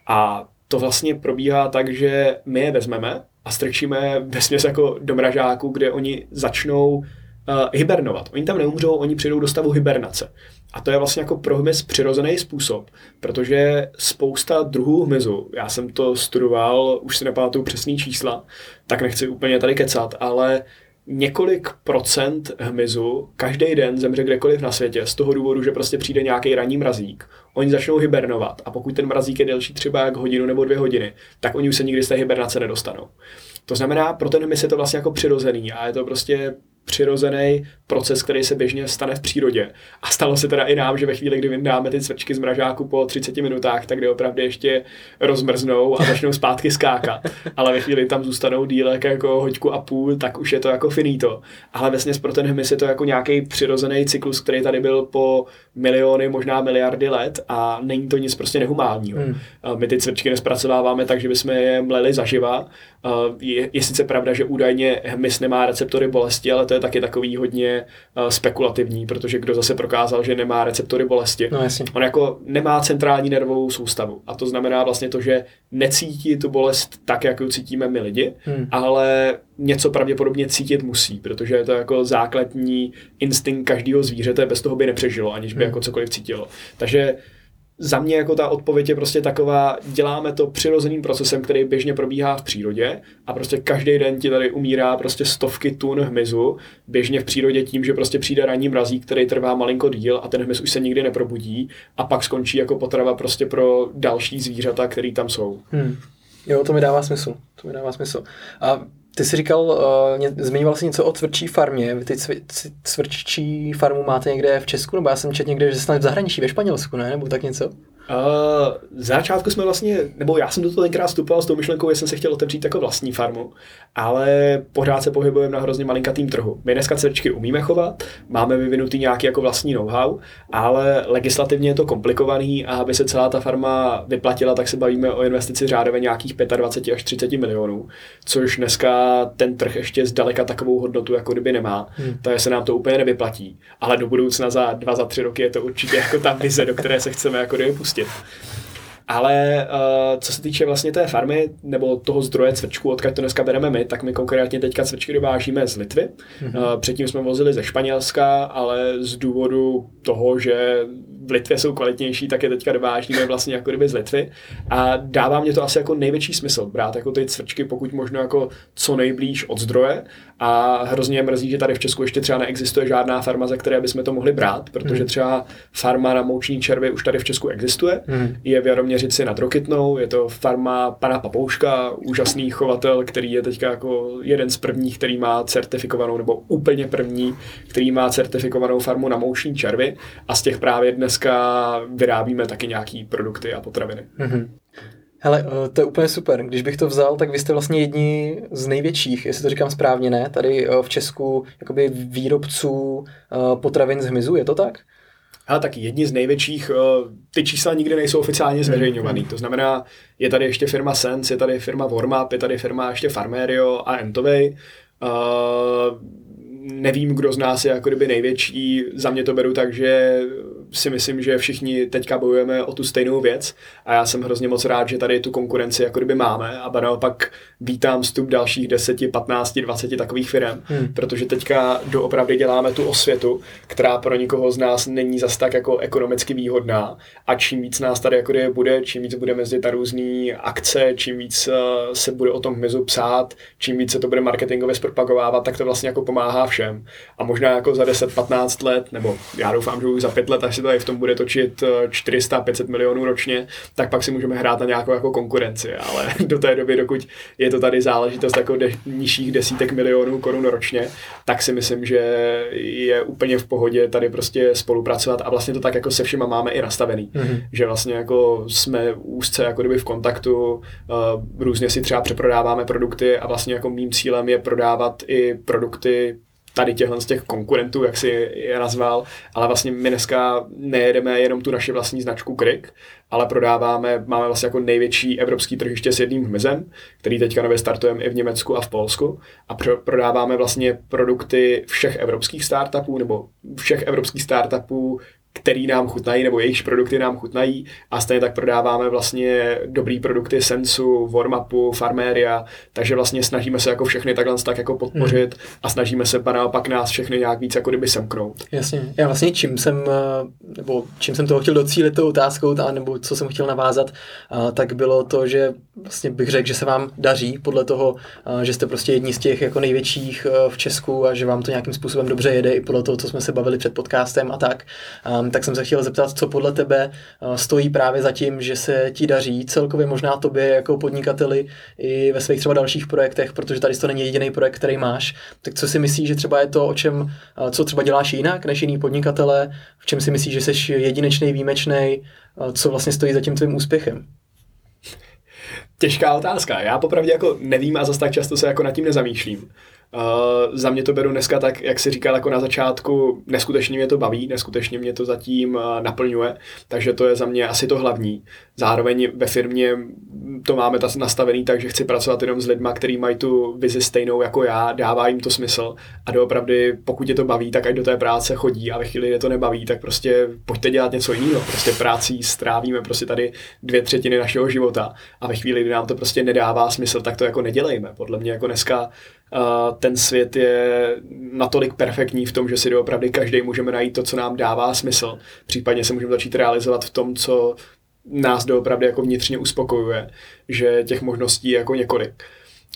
A to vlastně probíhá tak, že my je vezmeme a strčíme vesměs jako do mražáku, kde oni začnou hibernovat. Oni tam neumřou, oni přijdou do stavu hibernace. A to je vlastně jako pro hmyz přirozený způsob, protože spousta druhů hmyzu, já jsem to studoval, už si nepamatuju přesný čísla, tak nechci úplně tady kecat, ale několik procent hmyzu každý den zemře kdekoliv na světě z toho důvodu, že prostě přijde nějaký ranní mrazík. Oni začnou hibernovat a pokud ten mrazík je delší třeba jak hodinu nebo 2 hodiny, tak oni už se nikdy z té hibernace nedostanou. To znamená, pro ten hmyz je to vlastně jako přirozený a je to prostě přirozený proces, který se běžně stane v přírodě. A stalo se teda i nám, že ve chvíli, kdy vyndáme ty cvrčky z mražáku po 30 minutách, tak opravdu ještě rozmrznou a začnou zpátky skákat. Ale ve chvíli tam zůstanou dílek jako hoďku a půl, tak už je to jako finito. Ale vesměs pro ten hmyz je to jako nějaký přirozený cyklus, který tady byl po miliony, možná miliardy let a není to nic prostě nehumánního. My ty cvrčky nespracováváme tak, že bychom je mleli zaživa. Je sice pravda, že údajně hmyz nemá receptory bolesti, ale to je taky takový hodně spekulativní, protože kdo zase prokázal, že nemá receptory bolesti. No, jasně. On jako nemá centrální nervovou soustavu. A to znamená vlastně to, že necítí tu bolest tak, jak ji cítíme my lidi, ale něco pravděpodobně cítit musí, protože je to jako základní instinkt každého zvířete, bez toho by nepřežilo, aniž by jako cokoliv cítilo. Takže za mě jako ta odpověď je prostě taková, děláme to přirozeným procesem, který běžně probíhá v přírodě a prostě každý den ti tady umírá prostě stovky tun hmyzu běžně v přírodě tím, že prostě přijde ranní mrazík, který trvá malinko díl a ten hmyz už se nikdy neprobudí a pak skončí jako potrava prostě pro další zvířata, který tam jsou. Jo, to mi dává smysl. A ty jsi říkal, zmiňoval jsi něco o cvrčí farmě. Vy ty cvrčí farmu máte někde v Česku, nebo já jsem četl někde, že snad v zahraničí, ve Španělsku, ne? Nebo tak něco? Z začátku jsme vlastně, nebo já jsem do toho tenkrát vstupoval s tou myšlenkou, že jsem se chtěl otevřít jako vlastní farmu, ale pořád se pohybujeme na hrozně malinkatým trhu. My dneska cvrčky umíme chovat, máme vyvinutý nějaký jako vlastní know-how, ale legislativně je to komplikovaný a aby se celá ta farma vyplatila, tak se bavíme o investici řádově nějakých 25 až 30 milionů, což dneska ten trh ještě zdaleka takovou hodnotu jako kdyby nemá, takže se nám to úplně nevyplatí, ale do budoucna za 2-3 roky je to určitě jako ta vize, do které se chceme jako kdyby pustit. Ale co se týče vlastně té farmy nebo toho zdroje cvrčků, odkud to dneska bereme my, tak my konkrétně teďka cvrčky dovážíme z Litvy. Předtím jsme vozili ze Španělska, ale z důvodu toho, že v Litvě jsou kvalitnější, tak je teďka dovážíme vlastně jako kdyby z Litvy. A dává mě to asi jako největší smysl brát jako ty cvrčky pokud možno jako co nejblíž od zdroje. A hrozně mrzí, že tady v Česku ještě třeba neexistuje žádná farma, ze které bychom to mohli brát, protože třeba farma na mouční červy už tady v Česku existuje. Je v Jaroměři Jeseřici nad Rokytnou, je to farma pana Papouška, úžasný chovatel, který je teďka jako jeden z prvních, který má certifikovanou, nebo úplně první, který má certifikovanou farmu na mouční červy a z těch právě dneska vyrábíme taky nějaký produkty a potraviny. Mm-hmm. Hele, to je úplně super. Když bych to vzal, tak vy jste vlastně jedni z největších, jestli to říkám správně, ne? Tady v Česku jakoby výrobců potravin z hmyzu, je to tak? Ale tak jedni z největších, ty čísla nikdy nejsou oficiálně zveřejňovaný. To znamená, je tady ještě firma Sense, je tady firma Warmup, je tady firma ještě Farmerio a Entovej. Nevím, kdo z nás je jako kdyby největší, za mě to beru tak, že si myslím, že všichni teďka bojujeme o tu stejnou věc a já jsem hrozně moc rád, že tady tu konkurenci jako kdyby máme a naopak vítám vstup dalších 10, 15, 20 takových firm, protože teďka doopravdy děláme tu osvětu, která pro nikoho z nás není zas tak jako ekonomicky výhodná a čím víc nás tady jako kdyby bude, čím víc budeme jezdit na různý akce, čím víc se bude o tom hmyzu psát, čím víc se to bude marketingově zpropagovávat, tak to vlastně jako pomáhá všem. A možná jako za 10-15 let, nebo já doufám, že už za 5 let, až se tady v tom bude točit 400-500 milionů ročně, tak pak si můžeme hrát na nějakou jako konkurenci, ale do té doby, dokud je to tady záležitost jako nižších desítek milionů korun ročně, tak si myslím, že je úplně v pohodě tady prostě spolupracovat a vlastně to tak jako se všema máme i nastavený, že vlastně jako jsme úzce jako kdyby v kontaktu, různě si třeba přeprodáváme produkty a vlastně jako mým cílem je prodávat i produkty tady těchhle z těch konkurentů, jak si je nazval, ale vlastně my dneska nejedeme jenom tu naši vlastní značku Krik, ale máme vlastně jako největší evropský tržiště s jedním hmyzem, který teďka nově startujeme i v Německu a v Polsku a prodáváme vlastně produkty všech evropských startupů nebo všech evropských startupů, který nám chutnají, nebo jejichž produkty nám chutnají a stejně tak prodáváme vlastně dobrý produkty Sensu, Warmupu, Farmeria, takže vlastně snažíme se jako všechny takhle tak jako podpořit a snažíme se naopak nás všechny nějak víc jako kdyby semknout. Jasně. Já vlastně čím jsem toho chtěl docílit tou otázkou, nebo co jsem chtěl navázat, tak bylo to, že vlastně bych řekl, že se vám daří podle toho, že jste prostě jedni z těch jako největších v Česku a že vám to nějakým způsobem dobře jede i podle toho, co jsme se bavili před podcastem a tak. Tak jsem se chtěl zeptat, co podle tebe stojí právě za tím, že se ti daří celkově možná tobě jako podnikateli i ve svých třeba dalších projektech, protože tady to není jediný projekt, který máš. Tak co si myslíš, že třeba je to, co třeba děláš jinak než jiný podnikatele, v čem si myslíš, že jsi jedinečnej, výjimečnej, co vlastně stojí za tím tvým úspěchem? Těžká otázka. Já popravdě jako nevím a zase tak často se jako nad tím nezamýšlím. Za mě to beru dneska tak, jak jsi říkal jako na začátku, neskutečně mě to baví, neskutečně mě to zatím naplňuje, takže to je za mě asi to hlavní. Zároveň ve firmě to máme nastavený tak, že chci pracovat jenom s lidma, kteří mají tu vizi stejnou jako já, dává jim to smysl a doopravdy, pokud je to baví, tak ať do té práce chodí a ve chvíli, kdy to nebaví, tak prostě pojďte dělat něco jiného. Prostě prací strávíme prostě tady 2/3 našeho života a ve chvíli, kdy nám to prostě nedává smysl, tak to jako nedělejme. Podle mě jako dneska ten svět je natolik perfektní v tom, že si doopravdy každý můžeme najít to, co nám dává smysl. Případně se můžeme začít realizovat v tom, co nás doopravdy jako vnitřně uspokojuje, že těch možností je jako několik.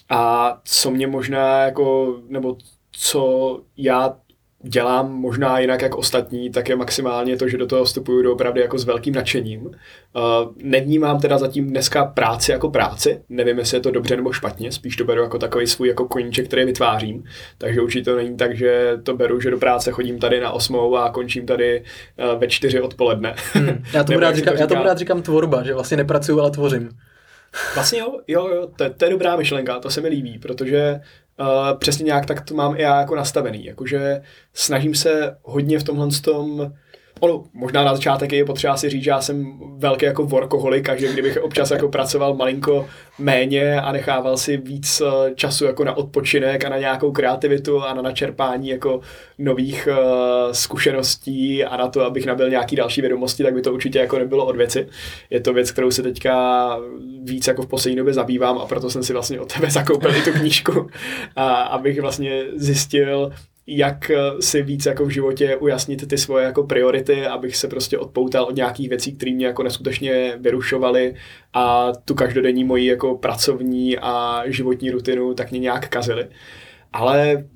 A co mě možná jako, nebo co já dělám možná jinak jak ostatní, tak je maximálně to, že do toho vstupuju doopravdy jako s velkým nadšením. Nevnímám teda zatím dneska práci jako práci, nevím, jestli je to dobře nebo špatně, spíš to beru jako takový svůj jako koníček, který vytvářím, takže určitě to není tak, že to beru, že do práce chodím tady na 8 a končím tady ve 4 odpoledne. Já tomu rád říkám tvorba, že vlastně nepracuju, ale tvořím. Vlastně jo, to je dobrá myšlenka, to se mi líbí, protože přesně nějak tak to mám i já jako nastavený, jakože snažím se hodně v tomhle tom, možná na začátek je potřeba si říct, že já jsem velký jako workoholik a že kdybych občas jako pracoval malinko méně a nechával si víc času jako na odpočinek a na nějakou kreativitu a na načerpání jako nových zkušeností a na to, abych nabyl nějaký další vědomosti, tak by to určitě jako nebylo od věci. Je to věc, kterou se teďka víc jako v poslední době zabývám a proto jsem si vlastně od tebe zakoupil i tu knížku, abych vlastně zjistil, jak si víc jako v životě ujasnit ty svoje jako priority, abych se prostě odpoutal od nějakých věcí, které mě jako neskutečně vyrušovaly a tu každodenní moji jako pracovní a životní rutinu tak mě nějak kazily. Ale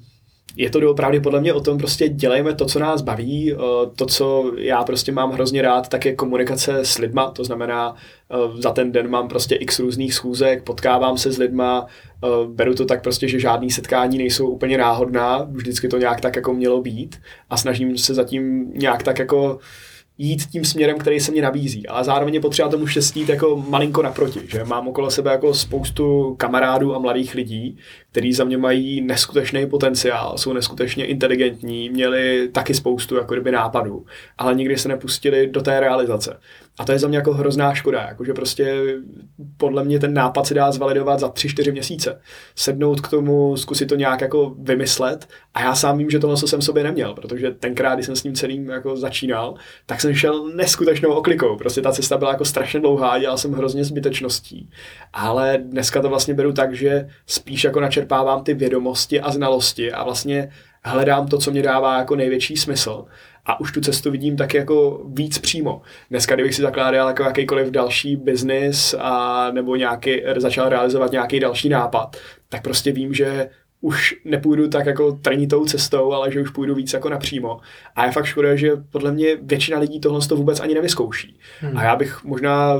je to doopravdy podle mě o tom, prostě dělejme to, co nás baví, to, co já prostě mám hrozně rád, tak je komunikace s lidma, to znamená, za ten den mám prostě x různých schůzek, potkávám se s lidma, beru to tak prostě, že žádný setkání nejsou úplně náhodná, vždycky to nějak tak jako mělo být a snažím se zatím nějak tak jako jít tím směrem, který se mě nabízí, ale zároveň je potřeba tomu štěstí jako malinko naproti, že mám okolo sebe jako spoustu kamarádů a mladých lidí, kteří za mě mají neskutečný potenciál, jsou neskutečně inteligentní, měli taky spoustu jako kdyby nápadů, ale nikdy se nepustili do té realizace. A to je za mě jako hrozná škoda, jakože prostě podle mě ten nápad se dá zvalidovat za 3-4 měsíce. Sednout k tomu, zkusit to nějak jako vymyslet a já sám vím, že tohle jsem v sobě neměl, protože tenkrát, když jsem s ním celým jako začínal, tak jsem šel neskutečnou oklikou. Prostě ta cesta byla jako strašně dlouhá, dělal jsem hrozně zbytečností. Ale dneska to vlastně beru tak, že spíš jako načerpávám ty vědomosti a znalosti a vlastně hledám to, co mě dává jako největší smysl. A už tu cestu vidím tak jako víc přímo. Dneska, kdybych si zakládal jako jakýkoliv další biznis a nebo začal realizovat nějaký další nápad, tak prostě vím, že už nepůjdu tak jako trnitou cestou, ale že už půjdu víc jako napřímo. A je fakt škoda, že podle mě většina lidí tohle to vůbec ani nevyzkouší. A já bych možná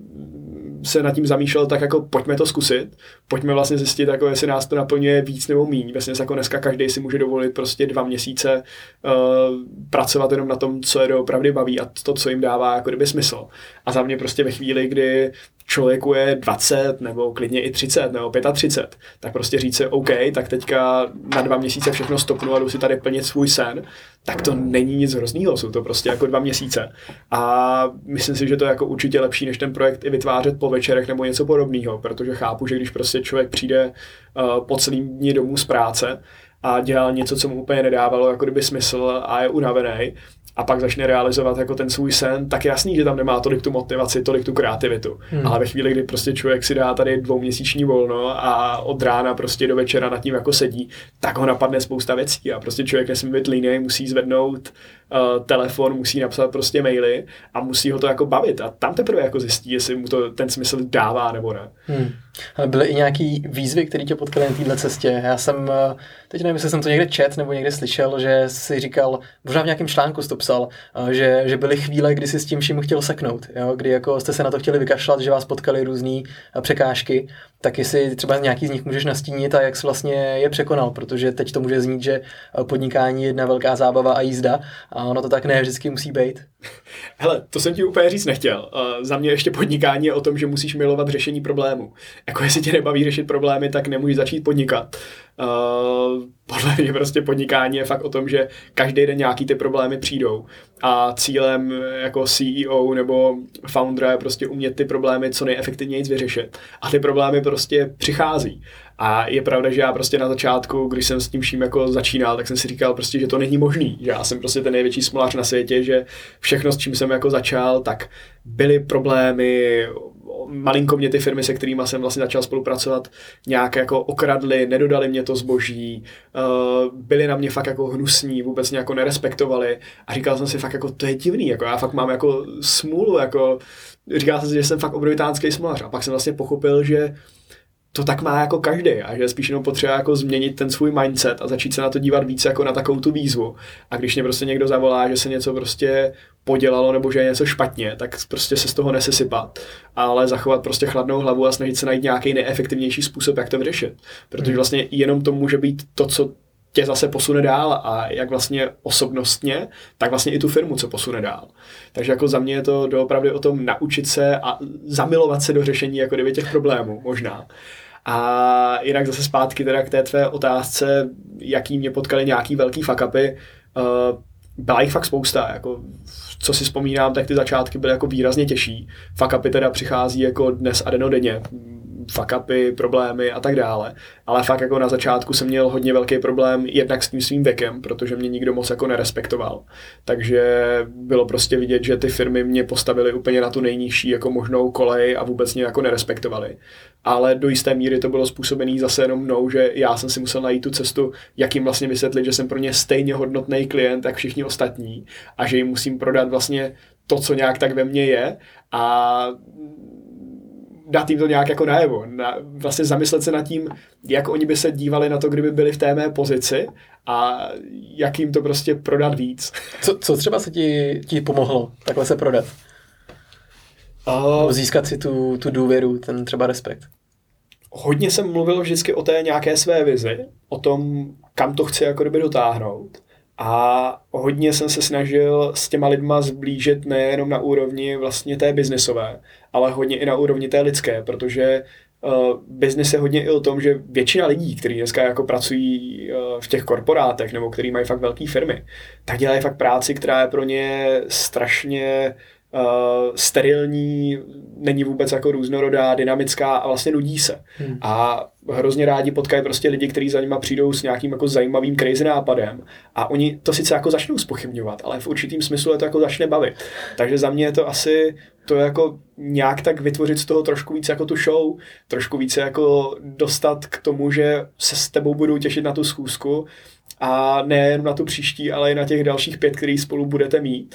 se nad tím zamýšlel tak jako pojďme to zkusit, pojďme vlastně zjistit, jako jestli nás to naplňuje víc nebo míň. Vlastně jako dneska každý si může dovolit prostě 2 měsíce pracovat jenom na tom, co je doopravdy baví a to, co jim dává jako kdyby smysl. A za mě prostě ve chvíli, kdy člověku je 20 nebo klidně i 30 nebo 35, tak prostě říct si OK, tak teďka na 2 měsíce všechno stopnu a jdu si tady plnit svůj sen, tak to není nic hroznýho, jsou to prostě jako 2 měsíce. A myslím si, že to je jako určitě lepší, než ten projekt i vytvářet po večerech nebo něco podobného, protože chápu, že když prostě člověk přijde po celým dní domů z práce a dělal něco, co mu úplně nedávalo jako kdyby smysl a je unavený, a pak začne realizovat jako ten svůj sen, tak jasný, že tam nemá tolik tu motivaci, tolik tu kreativitu. Ale ve chvíli, kdy prostě člověk si dá tady 2měsíční volno a od rána prostě do večera nad tím jako sedí, tak ho napadne spousta věcí a prostě člověk nesmí být línej, musí zvednout telefon, musí napsat prostě maily a musí ho to jako bavit a tam teprve jako zjistí, jestli mu to ten smysl dává nebo ne. Ale byly i nějaký výzvy, které tě potkaly na této cestě. Já jsem, teď nevím, jestli jsem to někde čet nebo někde slyšel, že si říkal, možná v nějakém článku jsi to psal, že byly chvíle, kdy si s tím vším chtěl seknout, jo? Kdy jako jste se na to chtěli vykašlat, že vás potkaly různé překážky, tak jestli třeba nějaký z nich můžeš nastínit a jak jsi vlastně je překonal, protože teď to může znít, že podnikání je jedna velká zábava a jízda a ono to tak ne vždycky musí být. Hele, to jsem ti úplně říct nechtěl. Za mě ještě podnikání je o tom, že musíš milovat řešení problémů. Jako jestli tě nebaví řešit problémy, tak nemůžeš začít podnikat. Podle mě prostě podnikání je fakt o tom, že každý den nějaký ty problémy přijdou a cílem jako CEO nebo foundera je prostě umět ty problémy co nejefektivněji vyřešit. A ty problémy prostě přichází. A je pravda, že já prostě na začátku, když jsem s tím vším jako začínal, tak jsem si říkal prostě, že to není možný. Že já jsem prostě ten největší smolař na světě, že všechno, s čím jsem jako začal, tak byly problémy, malinko mě ty firmy, se kterými jsem vlastně začal spolupracovat, nějak jako okradly, nedodali mě to zboží, byli na mě fakt jako hnusní, vůbec mě jako nerespektovali a říkal jsem si fakt jako to je divný, jako já fakt mám jako smůlu, jako říkal jsem si, že jsem fakt obrovitánský smolař a pak jsem vlastně pochopil, že to tak má jako každý a že je spíš jenom potřeba jako změnit ten svůj mindset a začít se na to dívat víc jako na takovou tu výzvu. A když mě prostě někdo zavolá, že se něco prostě podělalo nebo že je něco špatně, tak prostě se z toho nesesypat, ale zachovat prostě chladnou hlavu a snažit se najít nějaký nejefektivnější způsob, jak to vyřešit. Protože vlastně jenom to může být to, co tě zase posune dál a jak vlastně osobnostně, tak vlastně i tu firmu, co posune dál. Takže jako za mě je to doopravdy o tom naučit se a zamilovat se do řešení jako kdyby těch problémů možná. A jinak zase zpátky teda k té tvé otázce, jaký mě potkaly nějaký velký fuck upy, byla jich fakt spousta, jako co si vzpomínám, tak ty začátky byly jako výrazně těžší. Fuck upy teda přichází jako dnes a dennodenně. Fuck upy, problémy a tak dále. Ale fakt jako na začátku jsem měl hodně velký problém jednak s tím svým věkem, protože mě nikdo moc jako nerespektoval. Takže bylo prostě vidět, že ty firmy mě postavily úplně na tu nejnižší jako možnou kolej a vůbec mě jako nerespektovali. Ale do jisté míry to bylo způsobené zase jenom mnou, že já jsem si musel najít tu cestu, jak jim vlastně vysvětlit, že jsem pro ně stejně hodnotný klient, jak všichni ostatní a že jim musím prodat vlastně to, co nějak tak ve mně je a dát jim to nějak jako najevo. Vlastně zamyslet se nad tím, jak oni by se dívali na to, kdyby byli v té mé pozici a jak jim to prostě prodat víc. Co třeba se ti pomohlo takhle se prodat? Získat si tu důvěru, ten třeba respekt. Hodně jsem mluvil vždycky o té nějaké své vizi, o tom, kam to chci jako kdyby dotáhnout. A hodně jsem se snažil s těma lidma zblížit nejenom na úrovni vlastně té biznesové, ale hodně i na úrovni té lidské, protože biznis je hodně i o tom, že většina lidí, kteří dneska jako pracují v těch korporátech nebo kteří mají fakt velké firmy, tak dělají fakt práci, která je pro ně strašně sterilní, není vůbec jako různorodá, dynamická a vlastně nudí se. A hrozně rádi potkají prostě lidi, kteří za nima přijdou s nějakým jako zajímavým crazy nápadem a oni to sice jako začnou zpochybňovat, ale v určitým smyslu je to jako začne bavit. Takže za mě je to asi to jako nějak tak vytvořit z toho trošku víc jako tu show, trošku více jako dostat k tomu, že se s tebou budou těšit na tu schůzku a nejen na tu příští, ale i na těch dalších 5, který spolu budete mít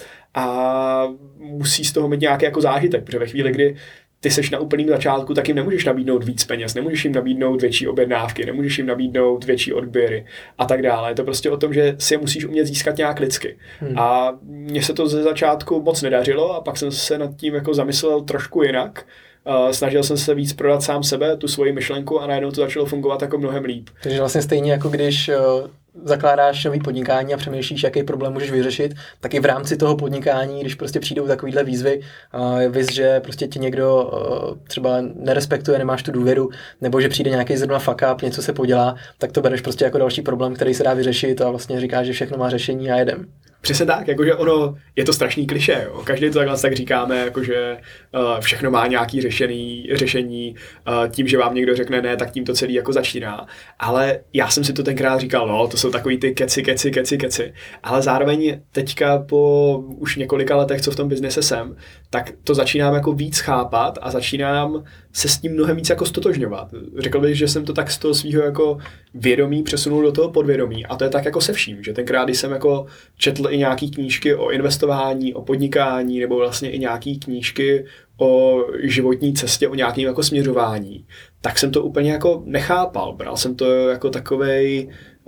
a musí z toho mít nějaký jako zážitek, protože ve chvíli, kdy ty seš na úplným začátku, tak jim nemůžeš nabídnout víc peněz, nemůžeš jim nabídnout větší objednávky, nemůžeš jim nabídnout větší odběry a tak dále. Je to prostě o tom, že si je musíš umět získat nějak lidsky. A mně se to ze začátku moc nedařilo a pak jsem se nad tím jako zamyslel trošku jinak. Snažil jsem se víc prodat sám sebe, tu svoji myšlenku a najednou to začalo fungovat jako mnohem líp. Takže vlastně stejně jako když zakládáš nový podnikání a přemýšlíš, jaký problém můžeš vyřešit, tak i v rámci toho podnikání, když prostě přijdou takovýhle výzvy, víš, že prostě ti někdo třeba nerespektuje, nemáš tu důvěru, nebo že přijde nějaký zrovna fuck up, něco se podělá, tak to bereš prostě jako další problém, který se dá vyřešit a vlastně říkáš, že všechno má řešení a jedem. Přesně tak, jakože ono, je to strašný klišé, jo. Každý to takhle tak říkáme, jakože všechno má nějaký řešení, tím, že vám někdo řekne ne, tak tím to celý jako začíná. Ale já jsem si to tenkrát říkal, no, to jsou takový ty keci. Ale zároveň teďka po už několika letech, co v tom biznise jsem, tak to začínám jako víc chápat a začínám se s tím mnohem víc jako stotožňovat. Řekl bych, že jsem to tak z toho svého jako vědomí přesunul do toho podvědomí a to je tak jako se vším, že tenkrát, když jsem jako četl i nějaký knížky o investování, o podnikání nebo vlastně i nějaký knížky o životní cestě, o nějakém jako směřování, tak jsem to úplně jako nechápal. Bral jsem to jako takovej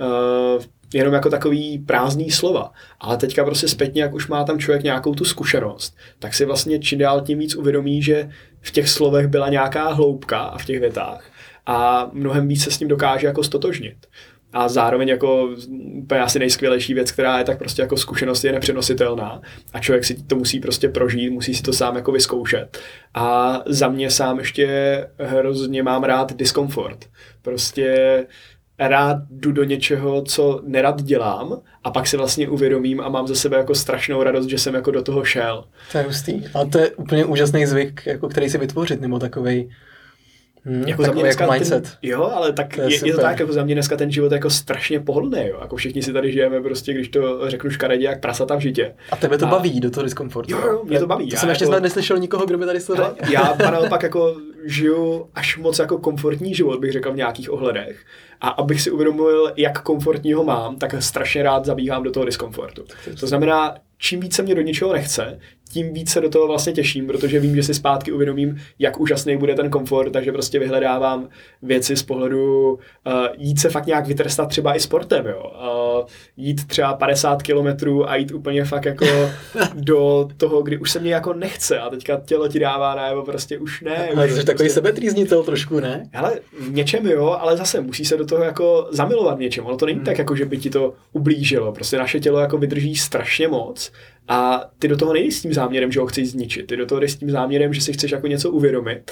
jenom jako takový prázdný slova. Ale teďka prostě zpětně, jak už má tam člověk nějakou tu zkušenost, tak si vlastně čím dál tím víc uvědomí, že v těch slovech byla nějaká hloubka a v těch větách a mnohem víc se s ním dokáže jako stotožnit. A zároveň jako úplně asi nejskvělejší věc, která je tak prostě jako zkušenost je nepřenositelná a člověk si to musí prostě prožít, musí si to sám jako vyzkoušet. A za mě sám ještě hrozně mám rád diskomfort. Prostě rád jdu do něčeho, co nerad dělám a pak si vlastně uvědomím a mám za sebe jako strašnou radost, že jsem jako do toho šel. To je hustý. A to je úplně úžasný zvyk, jako který si vytvořit, nebo takovej jako za mě dneska jako mindset. Jo, ale tak je to tak, jako za mě dneska ten život je jako strašně pohodlný, jo. Jako všichni si tady žijeme prostě, když to řeknu škaredě, jak prasata v žitě. A tebe to baví do toho diskomfortu. Jo, mě to baví. To jsem ještě snad neslyšel nikoho, kdo by tady to řekl. Já naopak jako žiju až moc jako komfortní život, bych řekl v nějakých ohledech. A abych si uvědomil, jak komfortního mám, tak strašně rád zabíhám do toho diskomfortu. To znamená, čím víc se mě do něčeho nechce, tím víc se do toho vlastně těším, protože vím, že si zpátky uvědomím, jak úžasný bude ten komfort, takže prostě vyhledávám věci z pohledu jít se fakt nějak vytrestat třeba i sportem, jo. Jít třeba 50 kilometrů a jít úplně fakt jako do toho, kdy už se mě jako nechce a teďka tělo ti dává najevo prostě už ne. Ale jsi takový sebetrýznitel trošku, ne? Ale v něčem jo, ale zase musí se do toho jako zamilovat v něčem. Ono to není tak, jako že by ti to ublížilo. Prostě naše tělo jako vydrží strašně moc a ty do toho nejdeš s tím záměrem, že ho chceš zničit. Ty do toho jdeš s tím záměrem, že si chceš jako něco uvědomit,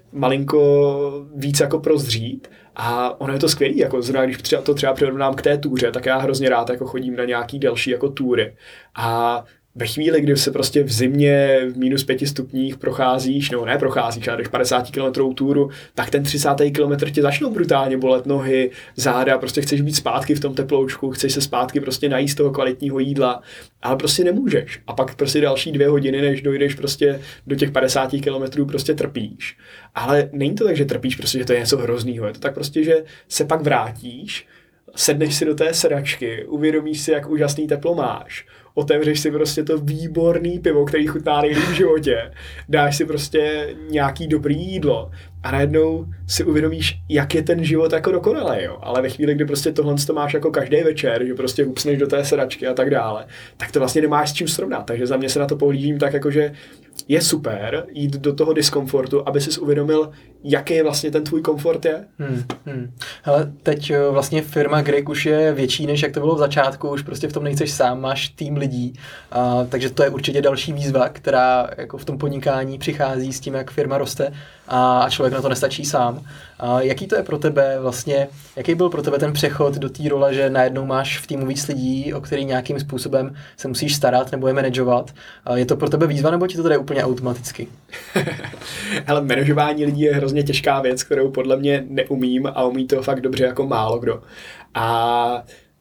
malinko víc jako prozřít a ono je to skvělý, jako zrovna když to třeba přirovnám k té túře, tak já hrozně rád jako chodím na nějaký delší jako túry a ve chvíli, kdy se prostě v zimě v -5 stupních procházíš, nebo ne procházíš, ale jdeš 50 km túru, tak ten 30. kilometr tě začnou brutálně bolet nohy, záda, prostě chceš být zpátky v tom teploučku, chceš se zpátky prostě najíst toho kvalitního jídla, ale prostě nemůžeš. A pak prostě další 2 hodiny, než dojdeš prostě do těch 50 km prostě trpíš. Ale není to tak, že trpíš prostě, že to je něco hroznýho, je to tak prostě, že se pak vrátíš, sedneš si do té sedačky, uvědomíš si, jak úžasný teplo máš, otevřeš si prostě to výborný pivo, který chutná nejlíp v životě, dáš si prostě nějaký dobrý jídlo a najednou si uvědomíš, jak je ten život jako dokonalý, jo. Ale ve chvíli, kdy prostě tohle to máš jako každý večer, že prostě hupsneš do té sedačky a tak dále, tak to vlastně nemáš s čím srovnat. Takže za mě se na to pohlížím tak jako, že je super jít do toho diskomfortu, aby si uvědomil, jaký vlastně ten tvůj komfort je. Hele, teď vlastně firma Grig už je větší, než jak to bylo v začátku, už prostě v tom nejseš sám, máš tým lidí, takže to je určitě další výzva, která jako v tom podnikání přichází s tím, jak firma roste a člověk na to nestačí sám. Jaký to je pro tebe vlastně, jaký byl pro tebe ten přechod do té role, že najednou máš v týmu víc lidí, o který nějakým způsobem se musíš starat nebo je manažovat? Je to pro tebe výzva, nebo ti to jde úplně automaticky? Hele, manažování lidí je hrozně těžká věc, kterou podle mě neumím a umí to fakt dobře jako málo kdo. A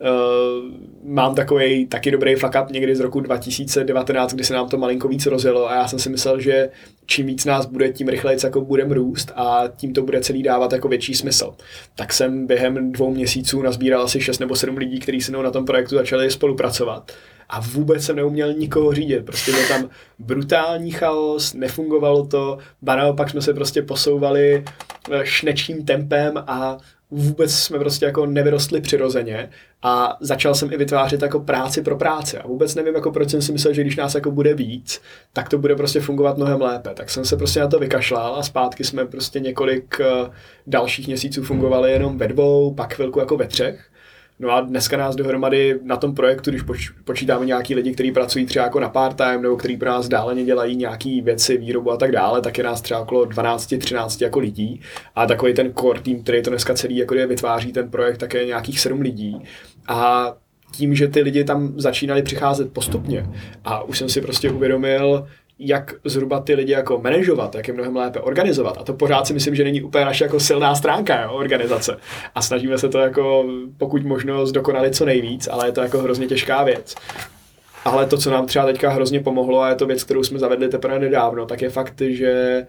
mám takovej taky dobrý fuck up někdy z roku 2019, kdy se nám to malinko víc rozjelo a já jsem si myslel, že čím víc nás bude, tím rychleji jako budeme růst a tím to bude celý dávat jako větší smysl. Tak jsem během 2 měsíců nazbíral asi 6 nebo 7 lidí, kteří se mnou na tom projektu začali spolupracovat. A vůbec jsem neuměl nikoho řídit. Prostě byl tam brutální chaos, nefungovalo to, ba naopak jsme se prostě posouvali šnečím tempem a vůbec jsme prostě jako nevyrostli přirozeně a začal jsem i vytvářet jako práci pro práci a vůbec nevím, jako proč jsem si myslel, že když nás jako bude víc, tak to bude prostě fungovat mnohem lépe. Tak jsem se prostě na to vykašlal a zpátky jsme prostě několik dalších měsíců fungovali jenom ve 2, pak chvilku jako ve 3. No a dneska nás dohromady na tom projektu, když počítáme nějaký lidi, kteří pracují třeba jako na part-time nebo kteří pro nás dále dělají nějaký věci, výrobu a tak dále, tak je nás třeba okolo 12-13 jako lidí. A takový ten core tým, který to dneska celý jako vytváří ten projekt, tak je nějakých 7 lidí. A tím, že ty lidi tam začínali přicházet postupně a už jsem si prostě uvědomil, jak zhruba ty lidi jako manažovat, jak je mnohem lépe organizovat. A to pořád si myslím, že není úplně naše jako silná stránka, jo, organizace. A snažíme se to jako pokud možno zdokonalit co nejvíc, ale je to jako hrozně těžká věc. Ale to, co nám třeba teďka hrozně pomohlo, a je to věc, kterou jsme zavedli teprve nedávno, tak je fakt, že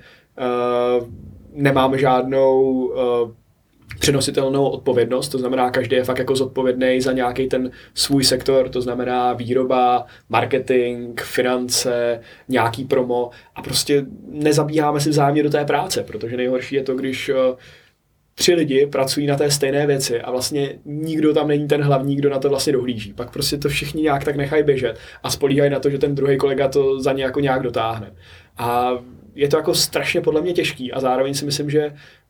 nemáme žádnou přenositelnou odpovědnost, to znamená, každý je fakt jako zodpovědný za nějaký ten svůj sektor, to znamená výroba, marketing, finance, nějaký promo a prostě nezabíháme si vzájemně do té práce, protože nejhorší je to, když 3 lidi pracují na té stejné věci a vlastně nikdo tam není ten hlavní, kdo na to vlastně dohlíží. Pak prostě to všichni nějak tak nechají běžet a spolíhají na to, že ten druhý kolega to za ně jako nějak dotáhne. A je to jako strašně podle mě těžký a zároveň si myslím, že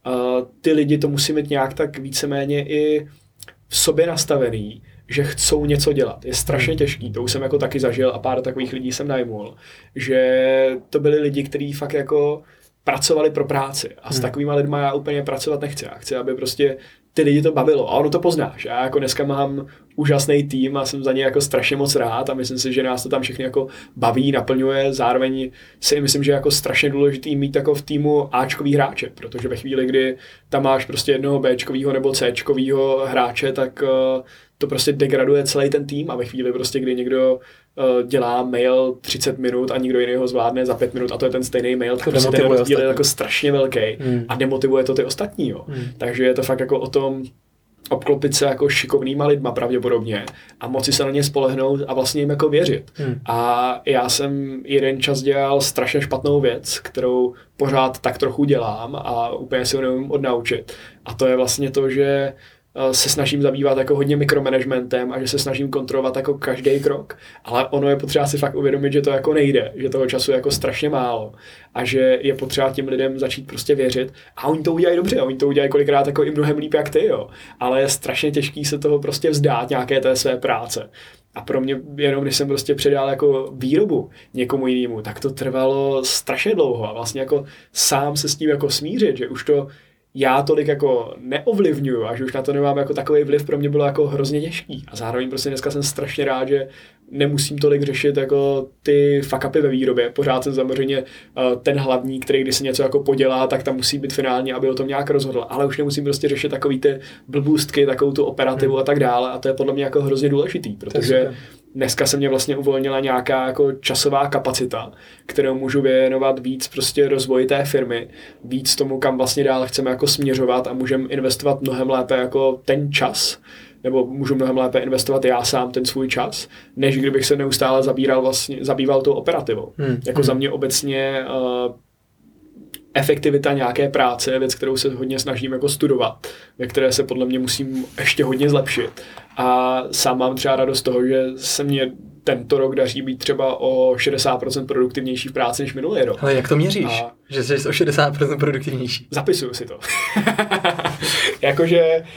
ty lidi to musí mít nějak tak víceméně i v sobě nastavený, že chcou něco dělat. Je strašně těžký, to už jsem jako taky zažil a pár takových lidí jsem najmul, že to byli lidi, kteří fakt jako pracovali pro práci a s takovýma lidma já úplně pracovat nechci. Já chci, aby prostě ty lidi to bavilo a ono to poznáš. Já jako dneska mám úžasný tým a jsem za ně jako strašně moc rád a myslím si, že nás to tam všechny jako baví, naplňuje. Zároveň si myslím, že je jako strašně důležitý mít jako v týmu Ačkový hráče, protože ve chvíli, kdy tam máš prostě jednoho Bčkovýho nebo Cčkovýho hráče, tak to prostě degraduje celý ten tým a ve chvíli prostě, kdy někdo dělá mail 30 minut a nikdo jiný ho zvládne za 5 minut a to je ten stejný mail, tak prostě ten rozdíl je jako strašně velký a demotivuje to ty ostatní. Jo. Takže je to fakt jako o tom obklopit se jako šikovnýma lidma pravděpodobně a moci se na ně spolehnout a vlastně jim jako věřit. A já jsem jeden čas dělal strašně špatnou věc, kterou pořád tak trochu dělám a úplně si ho neumím odnaučit. A to je vlastně to, že se snažím zabývat jako hodně mikromanagementem a že se snažím kontrolovat jako každý krok, ale ono je potřeba si fakt uvědomit, že to jako nejde, že toho času je jako strašně málo a že je potřeba těm lidem začít prostě věřit a oni to udělají dobře, oni to udělají kolikrát jako i mnohem líp jak ty, jo, ale je strašně těžký se toho prostě vzdát nějaké té své práce. A pro mě jenom, když jsem prostě předal jako výrobu někomu jinému, tak to trvalo strašně dlouho a vlastně jako sám se s tím jako smířit, že už to já tolik jako neovlivňuju a že už na to nemám jako takový vliv, pro mě bylo jako hrozně těžký. A zároveň prostě dneska jsem strašně rád, že nemusím tolik řešit jako ty fuck upy ve výrobě. Pořád jsem samozřejmě ten hlavní, který když se něco jako podělá, tak tam musí být finálně, aby o tom nějak rozhodl. Ale už nemusím prostě řešit takový ty blbůstky, takovou tu operativu a tak dále. A to je podle mě jako hrozně důležitý, protože dneska se mě vlastně uvolnila nějaká jako časová kapacita, kterou můžu věnovat víc prostě rozvoji té firmy, víc tomu, kam vlastně dál chceme jako směřovat a můžeme investovat mnohem lépe jako ten čas nebo můžu mnohem lépe investovat já sám ten svůj čas, než kdybych se neustále zabýval tou operativou. Jako za mě obecně efektivita nějaké práce je věc, kterou se hodně snažím jako studovat, ve které se podle mě musím ještě hodně zlepšit. A sám mám třeba radost z toho, že se mě tento rok daří být třeba o 60% produktivnější v práci než minulý rok. Ale jak to měříš? Že jsi o 60% produktivnější? Zapisuju si to. Jakože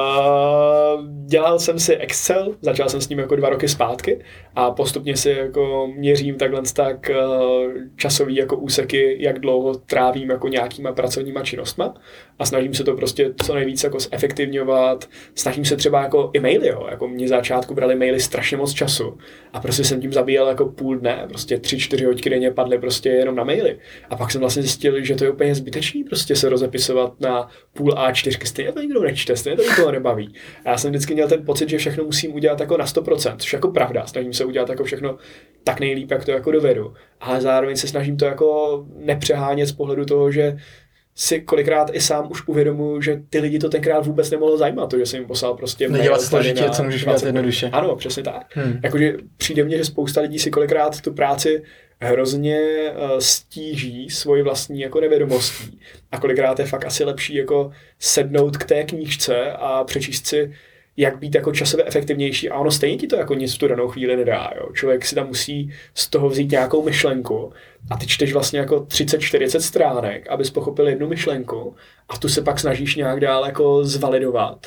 dělal jsem si Excel, začal jsem s ním jako 2 roky zpátky a postupně si jako měřím takhle tak časový jako úseky, jak dlouho trávím jako nějakýma pracovníma činnostma a snažím se to prostě co nejvíc jako zefektivňovat. Snažím se třeba jako i maily, jo. Jako mě začátku brali maily strašně moc času a prostě jsem tím zabíjel jako půl dne, prostě 3-4 hodiny denně padly prostě jenom na maily. A pak jsem vlastně zjistil, že to je úplně zbytečný prostě se rozepisovat na půl A4, stejně to nikdo nečte, stejně to nikoho nebaví. A já jsem vždycky měl ten pocit, že všechno musím udělat jako na 100%, což jako pravda, snažím se udělat jako všechno tak nejlíp, jak to jako dovedu. Ale zároveň se snažím to jako nepřehánět z pohledu toho, že si kolikrát i sám už uvědomuji, že ty lidi to tenkrát vůbec nemohlo zajímat, to, že jsem jim poslal prostě nedělat složitě, co můžeš dělat jednoduše. Ano, přesně tak. Jakože přijde mně, že spousta lidí si kolikrát tu práci hrozně stíží svoji vlastní jako nevědomostí. A kolikrát je fakt asi lepší jako sednout k té knížce a přečíst si, jak být jako časově efektivnější a ono stejně ti to jako nic v tu danou chvíli nedá. Jo. Člověk si tam musí z toho vzít nějakou myšlenku a ty čteš vlastně jako 30-40 stránek, abys pochopil jednu myšlenku a tu se pak snažíš nějak dál jako zvalidovat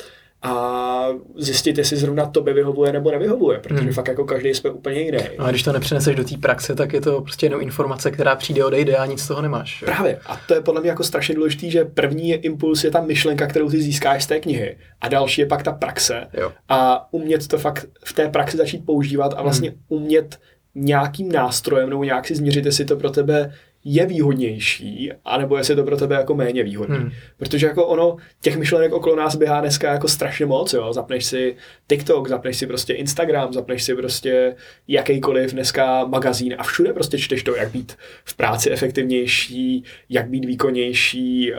a zjistit, jestli zrovna tobě vyhovuje nebo nevyhovuje, protože fakt jako každý jsme úplně jiný. No a když to nepřeneseš do té praxe, tak je to prostě jenom informace, která přijde, odejde a nic z toho nemáš. Právě. A to je podle mě jako strašně důležitý, že první impuls je ta myšlenka, kterou ty získáš z té knihy a další je pak ta praxe. Jo. A umět to fakt v té praxi začít používat a vlastně umět nějakým nástrojem nebo nějak si změřit, jestli to pro tebe je výhodnější, anebo jestli je to pro tebe jako méně výhodný. Protože jako ono, těch myšlenek okolo nás běhá dneska jako strašně moc, jo. Zapneš si TikTok, zapneš si prostě Instagram, zapneš si prostě jakýkoliv dneska magazín a všude prostě čteš to, jak být v práci efektivnější, jak být výkonnější,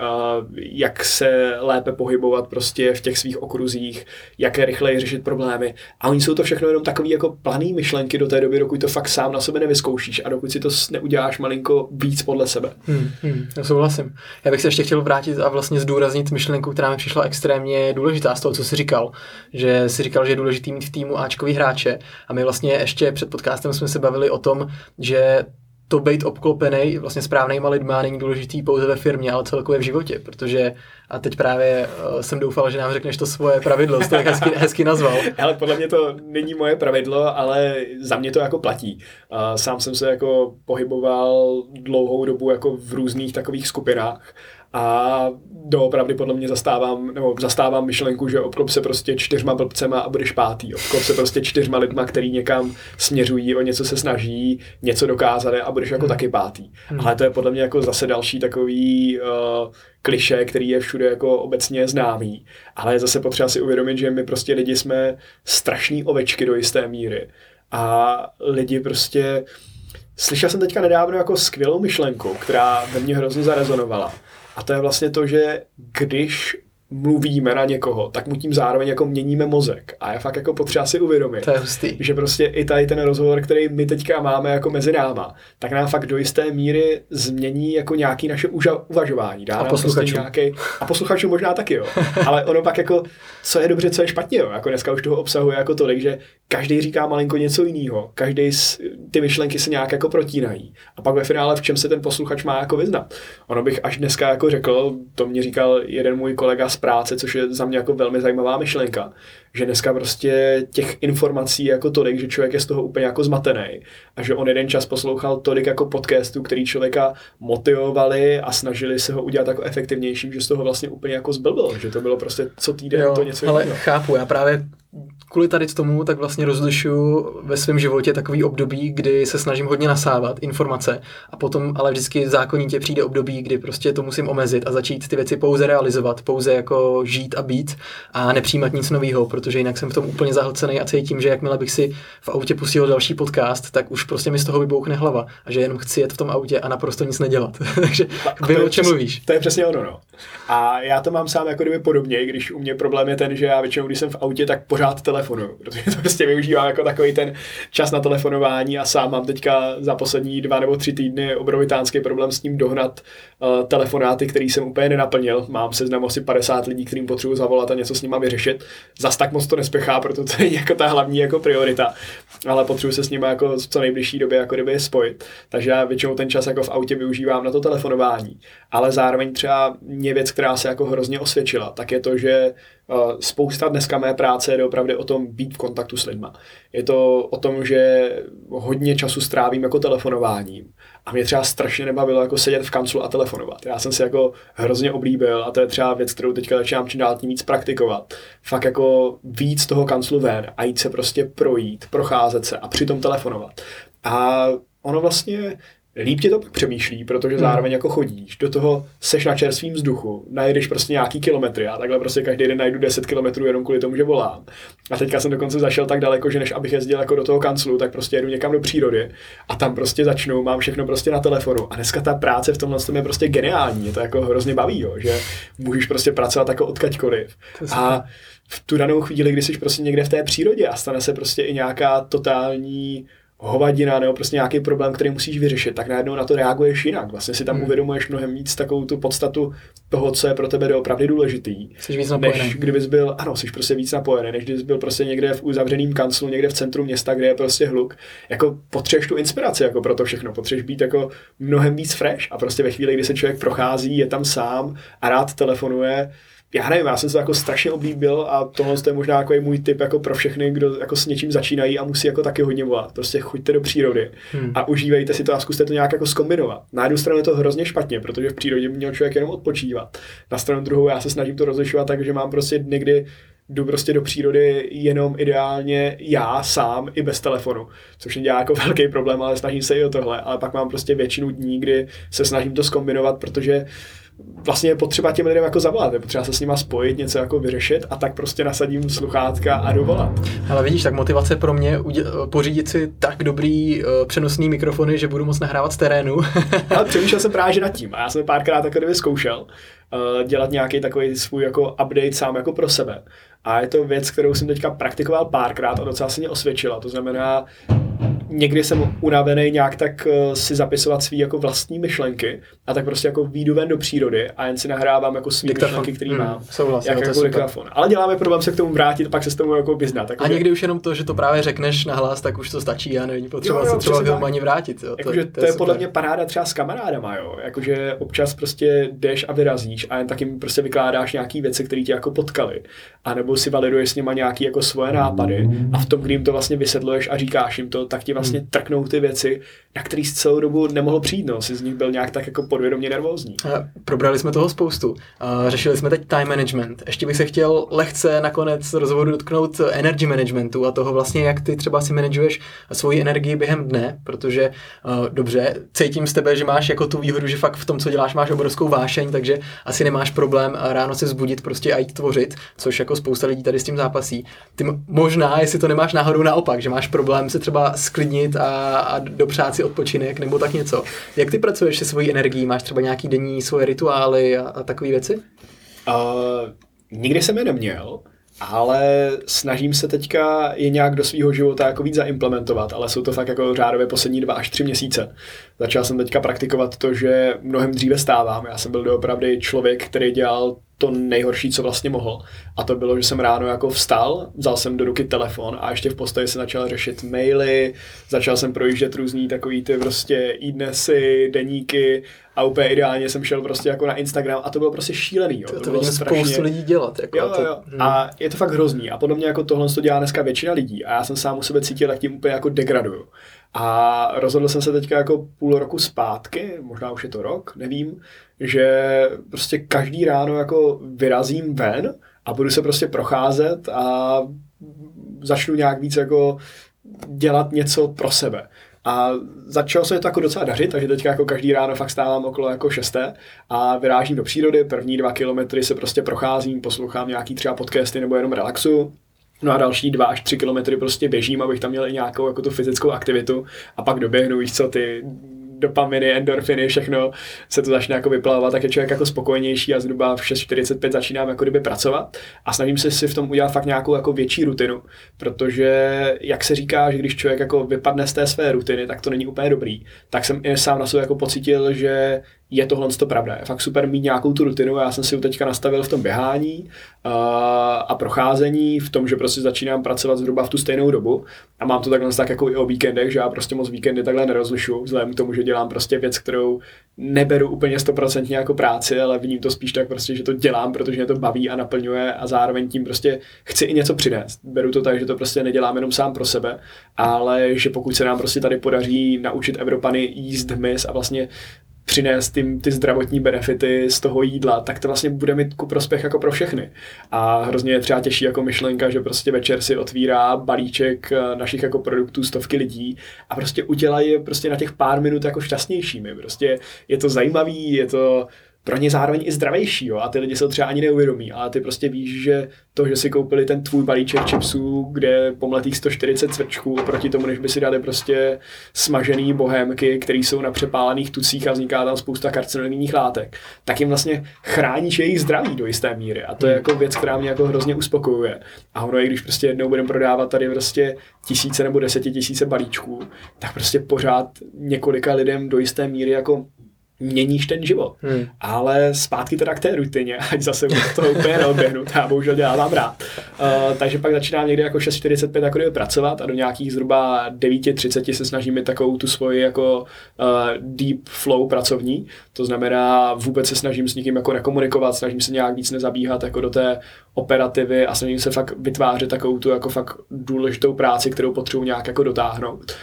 jak se lépe pohybovat prostě v těch svých okruzích, jak rychleji řešit problémy. A oni jsou to všechno jenom takový jako planý myšlenky do té doby, dokud to fakt sám na sebe nevyzkoušíš a dokud si to neuděláš malinko víc podle sebe. Já souhlasím. Já bych se ještě chtěl vrátit a vlastně zdůraznit myšlenku, která mi přišla extrémně důležitá z toho, co jsi říkal. Že jsi říkal, že je důležitý mít v týmu áčkový hráče a my vlastně ještě před podcastem jsme se bavili o tom, že to být obklopený vlastně správnýma lidma není důležitý pouze ve firmě, ale celkově v životě, protože a teď právě jsem doufal, že nám řekneš to svoje pravidlo, jsi to tak hezky nazval. Ale podle mě to není moje pravidlo, ale za mě to jako platí. Sám jsem se jako pohyboval dlouhou dobu jako v různých takových skupinách a doopravdy podle mě zastávám myšlenku, že obklop se prostě 4 blbcema a budeš 5. Obklop se prostě 4 lidma, který někam směřují, o něco se snaží, něco dokázali a budeš jako taky 5. Ale to je podle mě jako zase další takový klišé, který je všude jako obecně známý. Ale je zase potřeba si uvědomit, že my prostě lidi jsme strašní ovečky do jisté míry. A lidi prostě... Slyšel jsem teďka nedávno jako skvělou myšlenku, která ve mně hrozně zarezonovala. A to je vlastně to, že když mluvíme na někoho, tak mu tím zároveň jako měníme mozek. A je fakt jako potřeba si uvědomit, že prostě i tady ten rozhovor, který my teďka máme jako mezi náma, tak nám fakt do jisté míry změní jako nějaký naše uvažování. Dá a posluchačům. Prostě a posluchačům možná taky, jo. Ale ono pak jako, co je dobře, co je špatně, jo. Jako dneska už toho obsahuje jako tolik, že každý říká malinko něco jiného. Každý ty myšlenky se nějak jako protínají. A pak ve finále v čem se ten posluchač má jako vyznat. Ono bych až dneska jako řekl, to mě říkal jeden můj kolega z práce, což je za mě jako velmi zajímavá myšlenka, že dneska prostě těch informací jako tolik, že člověk je z toho úplně jako zmatený a že on jeden čas poslouchal tolik jako podcastů, který člověka motivovali a snažili se ho udělat jako efektivnějším, že z toho vlastně úplně jako zblbil, že to bylo prostě co týden to něco jiného. Ale chápu, já právě kvůli tady tomu tak vlastně rozlišuju ve svém životě takový období, kdy se snažím hodně nasávat informace a potom ale vždycky zákonitě přijde období, kdy prostě to musím omezit a začít ty věci pouze realizovat, pouze jako žít a být a nepřijímat nic nového, protože jinak jsem v tom úplně zahlcený a cítím, že jakmile bych si v autě pustil další podcast, tak už prostě mi z toho vybouchne hlava a že jenom chci jet v tom autě a naprosto nic nedělat. Takže vím, o čem mluvíš. To je přesně ono, no. A já to mám sám jako kdyby podobně, když u mě problém je ten, že já většinou, když jsem v autě, tak pořád pořád telefonuju, protože to prostě využívám jako takový ten čas na telefonování a sám mám teďka za poslední 2 nebo 3 týdny obrovitánský problém s tím dohnat telefonáty, který jsem úplně nenaplnil. Mám seznam asi 50 lidí, kterým potřebuji zavolat a něco s nima vyřešit. Zas tak moc to nespěchá, protože to je jako ta hlavní jako priorita, ale potřebuji se s nimi jako v co nejbližší době jako kdyby spojit. Takže já většinou ten čas jako v autě využívám na to telefonování. Ale zároveň třeba mě věc, která se jako hrozně osvědčila, tak je to, že spousta dneska mé práce je opravdu o tom být v kontaktu s lidma. Je to o tom, že hodně času strávím jako telefonováním. A mě třeba strašně nebavilo jako sedět v kanclu a telefonovat. Já jsem si jako hrozně oblíbil a to je třeba věc, kterou teďka začínám čím dál tím víc praktikovat. Fakt jako víc toho kanclu ven a jít se prostě projít, procházet se a přitom telefonovat. A ono vlastně líp tě to pak přemýšlí, protože zároveň jako chodíš, do toho seš na čerstvým vzduchu, najedeš prostě nějaký kilometry, já takhle prostě každý den najdu 10 kilometrů jenom kvůli tomu, že volám. A teďka jsem dokonce zašel tak daleko, že než abych jezdil jako do toho kanclu, tak prostě jedu někam do přírody a tam prostě začnu, mám všechno prostě na telefonu. A dneska ta práce v tomhle je prostě geniální, mě to jako hrozně baví, jo, že můžeš prostě pracovat jako odkaďkoliv. A v tu danou chvíli, kdy jsi prostě někde v té přírodě a stane se prostě i nějaká totální hovadina nebo prostě nějaký problém, který musíš vyřešit, tak najednou na to reaguješ jinak. Vlastně si tam uvědomuješ mnohem víc takovou tu podstatu toho, co je pro tebe doopravdy důležitý. Jsi víc napojený. Než kdybys byl, ano, jsi prostě víc napojený, než kdybys byl prostě někde v uzavřeném kanclu, někde v centru města, kde je prostě hluk. Jako potřebuješ tu inspiraci jako pro to všechno, potřebuješ být jako mnohem víc fresh a prostě ve chvíli, kdy se člověk prochází, je tam sám a rád telefonuje. Já nevím, já jsem se jako strašně oblíbil a tohle je možná jako můj tip jako pro všechny, kdo jako s něčím začínají a musí jako taky hodně volat. Prostě choďte do přírody a užívejte si to a zkuste to nějak jako zkombinovat. Na jednu stranu je to hrozně špatně, protože v přírodě by měl člověk jenom odpočívat. Na stranu druhou já se snažím to rozlišovat tak, že mám prostě dny, kdy jdu prostě do přírody jenom ideálně já sám i bez telefonu, což nedělá jako velký problém, ale snažím se i o tohle. Ale pak mám prostě většinu dní, kdy se snažím to zkombinovat, protože vlastně je potřeba těm lidem jako zavolat, je potřeba se s nima spojit, něco jako vyřešit a tak prostě nasadím sluchátka a dovolat. Ale vidíš, tak motivace pro mě pořídit si tak dobrý přenosný mikrofony, že budu moct nahrávat z terénu. Ale přemýšlel jsem právě nad tím a já jsem párkrát takový zkoušel dělat nějaký takový svůj jako update sám jako pro sebe. A je to věc, kterou jsem teďka praktikoval párkrát a docela se mě osvědčila. To znamená, někdy jsem unavený nějak tak si zapisovat svý jako vlastní myšlenky a tak prostě jako výjdu ven do přírody a jen si nahrávám jako svý myšlenky, který mám. Souhlasím, jako diktafon. Ale děláme problém se k tomu vrátit, pak se s tomu jako vyznat. A někdy už jenom to, že to právě řekneš nahlas, tak už to stačí a není potřeba se třeba k tomu ani vrátit. Jo. Jakože to je podle mě paráda třeba s kamarádama, jo. Jakože občas prostě jdeš a vyrazíš a jen tak jim prostě vykládáš nějaký věci, které tě jako potkaly. A nebo si validuješ s nima nějaký jako svoje nápady a v tom, kdy jim to vlastně vysvětluješ a říkáš jim to, tak ti vlastně trknou ty věci, na který z celou dobu nemohl přijít, no, si z nich byl nějak tak jako podvědomě nervózní. Probrali jsme toho spoustu. Řešili jsme teď time management. Ještě bych se chtěl lehce nakonec rozhovoru dotknout energy managementu a toho vlastně, jak ty třeba si manažuješ svoji energii během dne, protože dobře, cítím z tebe, že máš jako tu výhodu, že fakt v tom, co děláš, máš obrovskou vášeň, takže asi nemáš problém ráno se vzbudit prostě a jít tvořit, což jako spousta lidí tady s tím zápasí. Ty možná, jestli to nemáš náhodou naopak, že máš problém se třeba sklidnit a dopřát si odpočinek nebo tak něco. Jak ty pracuješ se svojí energií? Máš třeba nějaký denní svoje rituály a takové věci? Nikdy jsem je neměl, ale snažím se teďka je nějak do svého života jako víc zaimplementovat, ale jsou to fakt jako řádově poslední 2 až 3 měsíce. Začal jsem teďka praktikovat to, že mnohem dříve stávám. Já jsem byl doopravdy člověk, který dělal to nejhorší, co vlastně mohl. A to bylo, že jsem ráno jako vstal, vzal jsem do ruky telefon a ještě v postoji se začal řešit maily, začal jsem projíždět různý takový ty prostě e-dnesy, deníky a úplně ideálně jsem šel prostě jako na Instagram a to bylo prostě šílený. Jo. To vidím spoustu lidí dělat. Jako jo. A je to fakt hrozný a podle mě jako tohle to dělá dneska většina lidí a já jsem sám u sebe cítil, jak tím úplně jako degraduju. A rozhodl jsem se teďka jako půl roku zpátky, možná už je to rok, nevím, že prostě každý ráno jako vyrazím ven a budu se prostě procházet a začnu nějak víc jako dělat něco pro sebe. A začalo se to jako docela dařit, takže teďka jako každý ráno fakt stávám okolo jako 6 a vyrážím do přírody, první 2 kilometry se prostě procházím, poslouchám nějaký třeba podcasty nebo jenom relaxu. No a další 2 až 3 kilometry prostě běžím, abych tam měl i nějakou jako tu fyzickou aktivitu a pak doběhnu, víš co, ty dopaminy, endorfiny, všechno se to začne jako vyplavovat, tak je člověk jako spokojenější a zhruba v 6:45 začínám jako kdyby pracovat a snažím se si v tom udělat fakt nějakou jako větší rutinu, protože jak se říká, že když člověk jako vypadne z té své rutiny, tak to není úplně dobrý, tak jsem i sám na sobě jako pocítil, že je tohle to pravda. Je fakt super mít nějakou tu rutinu. Já jsem si ji teďka nastavil v tom běhání a procházení, v tom, že prostě začínám pracovat zhruba v tu stejnou dobu a mám to takhle tak jako i o víkendech, že já prostě moc víkendy takhle nerozlišuju, vzhledem k tomu, že dělám prostě věc, kterou neberu úplně 100% jako práci, ale vidím to spíš tak prostě, že to dělám, protože mě to baví a naplňuje a zároveň tím prostě chci i něco přinést. Beru to tak, že to prostě nedělám jenom sám pro sebe, ale že pokud se nám prostě tady podaří naučit Evropany jíst hmyz a vlastně přinést ty zdravotní benefity z toho jídla, tak to vlastně bude mít ku prospěch jako pro všechny. A hrozně je třeba těžší jako myšlenka, že prostě večer si otvírá balíček našich jako produktů stovky lidí a prostě udělají je prostě na těch pár minut jako šťastnějšími. Prostě je to zajímavý, je to pro ně zároveň i zdravější, jo? A ty lidi se to třeba ani neuvědomí, ale ty prostě víš, že to, že si koupili ten tvůj balíček chipsů, kde je pomletých 140 cvrčků, proti tomu, než by si dali prostě smažený bohémky, které jsou na přepálených tucích a vzniká tam spousta karcinogenních látek, tak jim vlastně chráníš jejich zdraví do jisté míry. A to je jako věc, která mě jako hrozně uspokojuje. A ono, i když prostě jednou budeme prodávat tady prostě tisíce nebo 10 000 balíčků, tak prostě pořád několika lidem do jisté míry jako měníš ten život. Ale zpátky teda k té rutině, ať zase toho úplně neodběhnu, já bohužel dělám rád. Takže pak začínám někde jako 6:45 jako pracovat a do nějakých zhruba 9:30 se snažím mít takovou tu svoji jako deep flow pracovní. To znamená, vůbec se snažím s nikým jako nekomunikovat, snažím se nějak víc nezabíhat jako do té operativy a snažím se fakt vytvářet takovou tu jako fakt důležitou práci, kterou potřebuji nějak jako dotáhnout.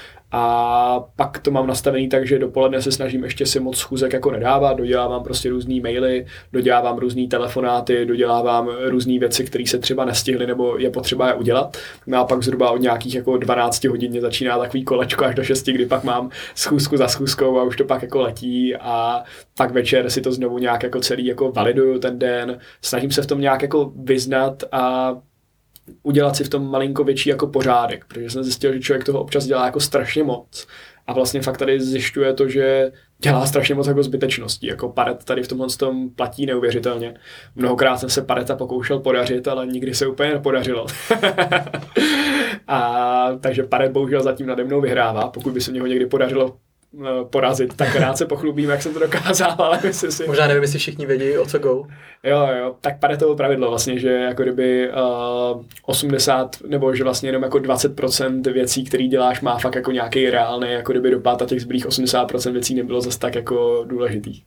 A pak to mám nastavený tak, že dopoledne se snažím ještě si moc schůzek jako nedávat, dodělávám prostě různý maily, dodělávám různý telefonáty, dodělávám různý věci, které se třeba nestihly nebo je potřeba je udělat. No a pak zhruba od nějakých jako 12 hodin začíná takový kolečko až do 6, kdy pak mám schůzku za schůzkou a už to pak jako letí a pak večer si to znovu nějak jako celý jako validuju ten den. Snažím se v tom nějak jako vyznat a udělat si v tom malinko větší jako pořádek, protože jsem zjistil, že člověk toho občas dělá jako strašně moc a vlastně fakt tady zjišťuje to, že dělá strašně moc jako zbytečností, jako Paret tady v tomhle tom platí neuvěřitelně. Mnohokrát jsem se Pareta pokoušel podařit, ale nikdy se úplně nepodařilo. A takže Paret bohužel zatím nade mnou vyhrává, pokud by se mě ho někdy podařilo porazit, tak rád se pochlubím, jak jsem to dokázal, ale myslím si... Možná nevím, jestli všichni vědí, o co go. Jo, tak Paretovo pravidlo vlastně, že jako kdyby 80, nebo že vlastně jenom jako 20% věcí, které děláš, má fakt jako nějaký reálný jako kdyby dopad a těch zbylých 80% věcí nebylo zase tak jako důležitých.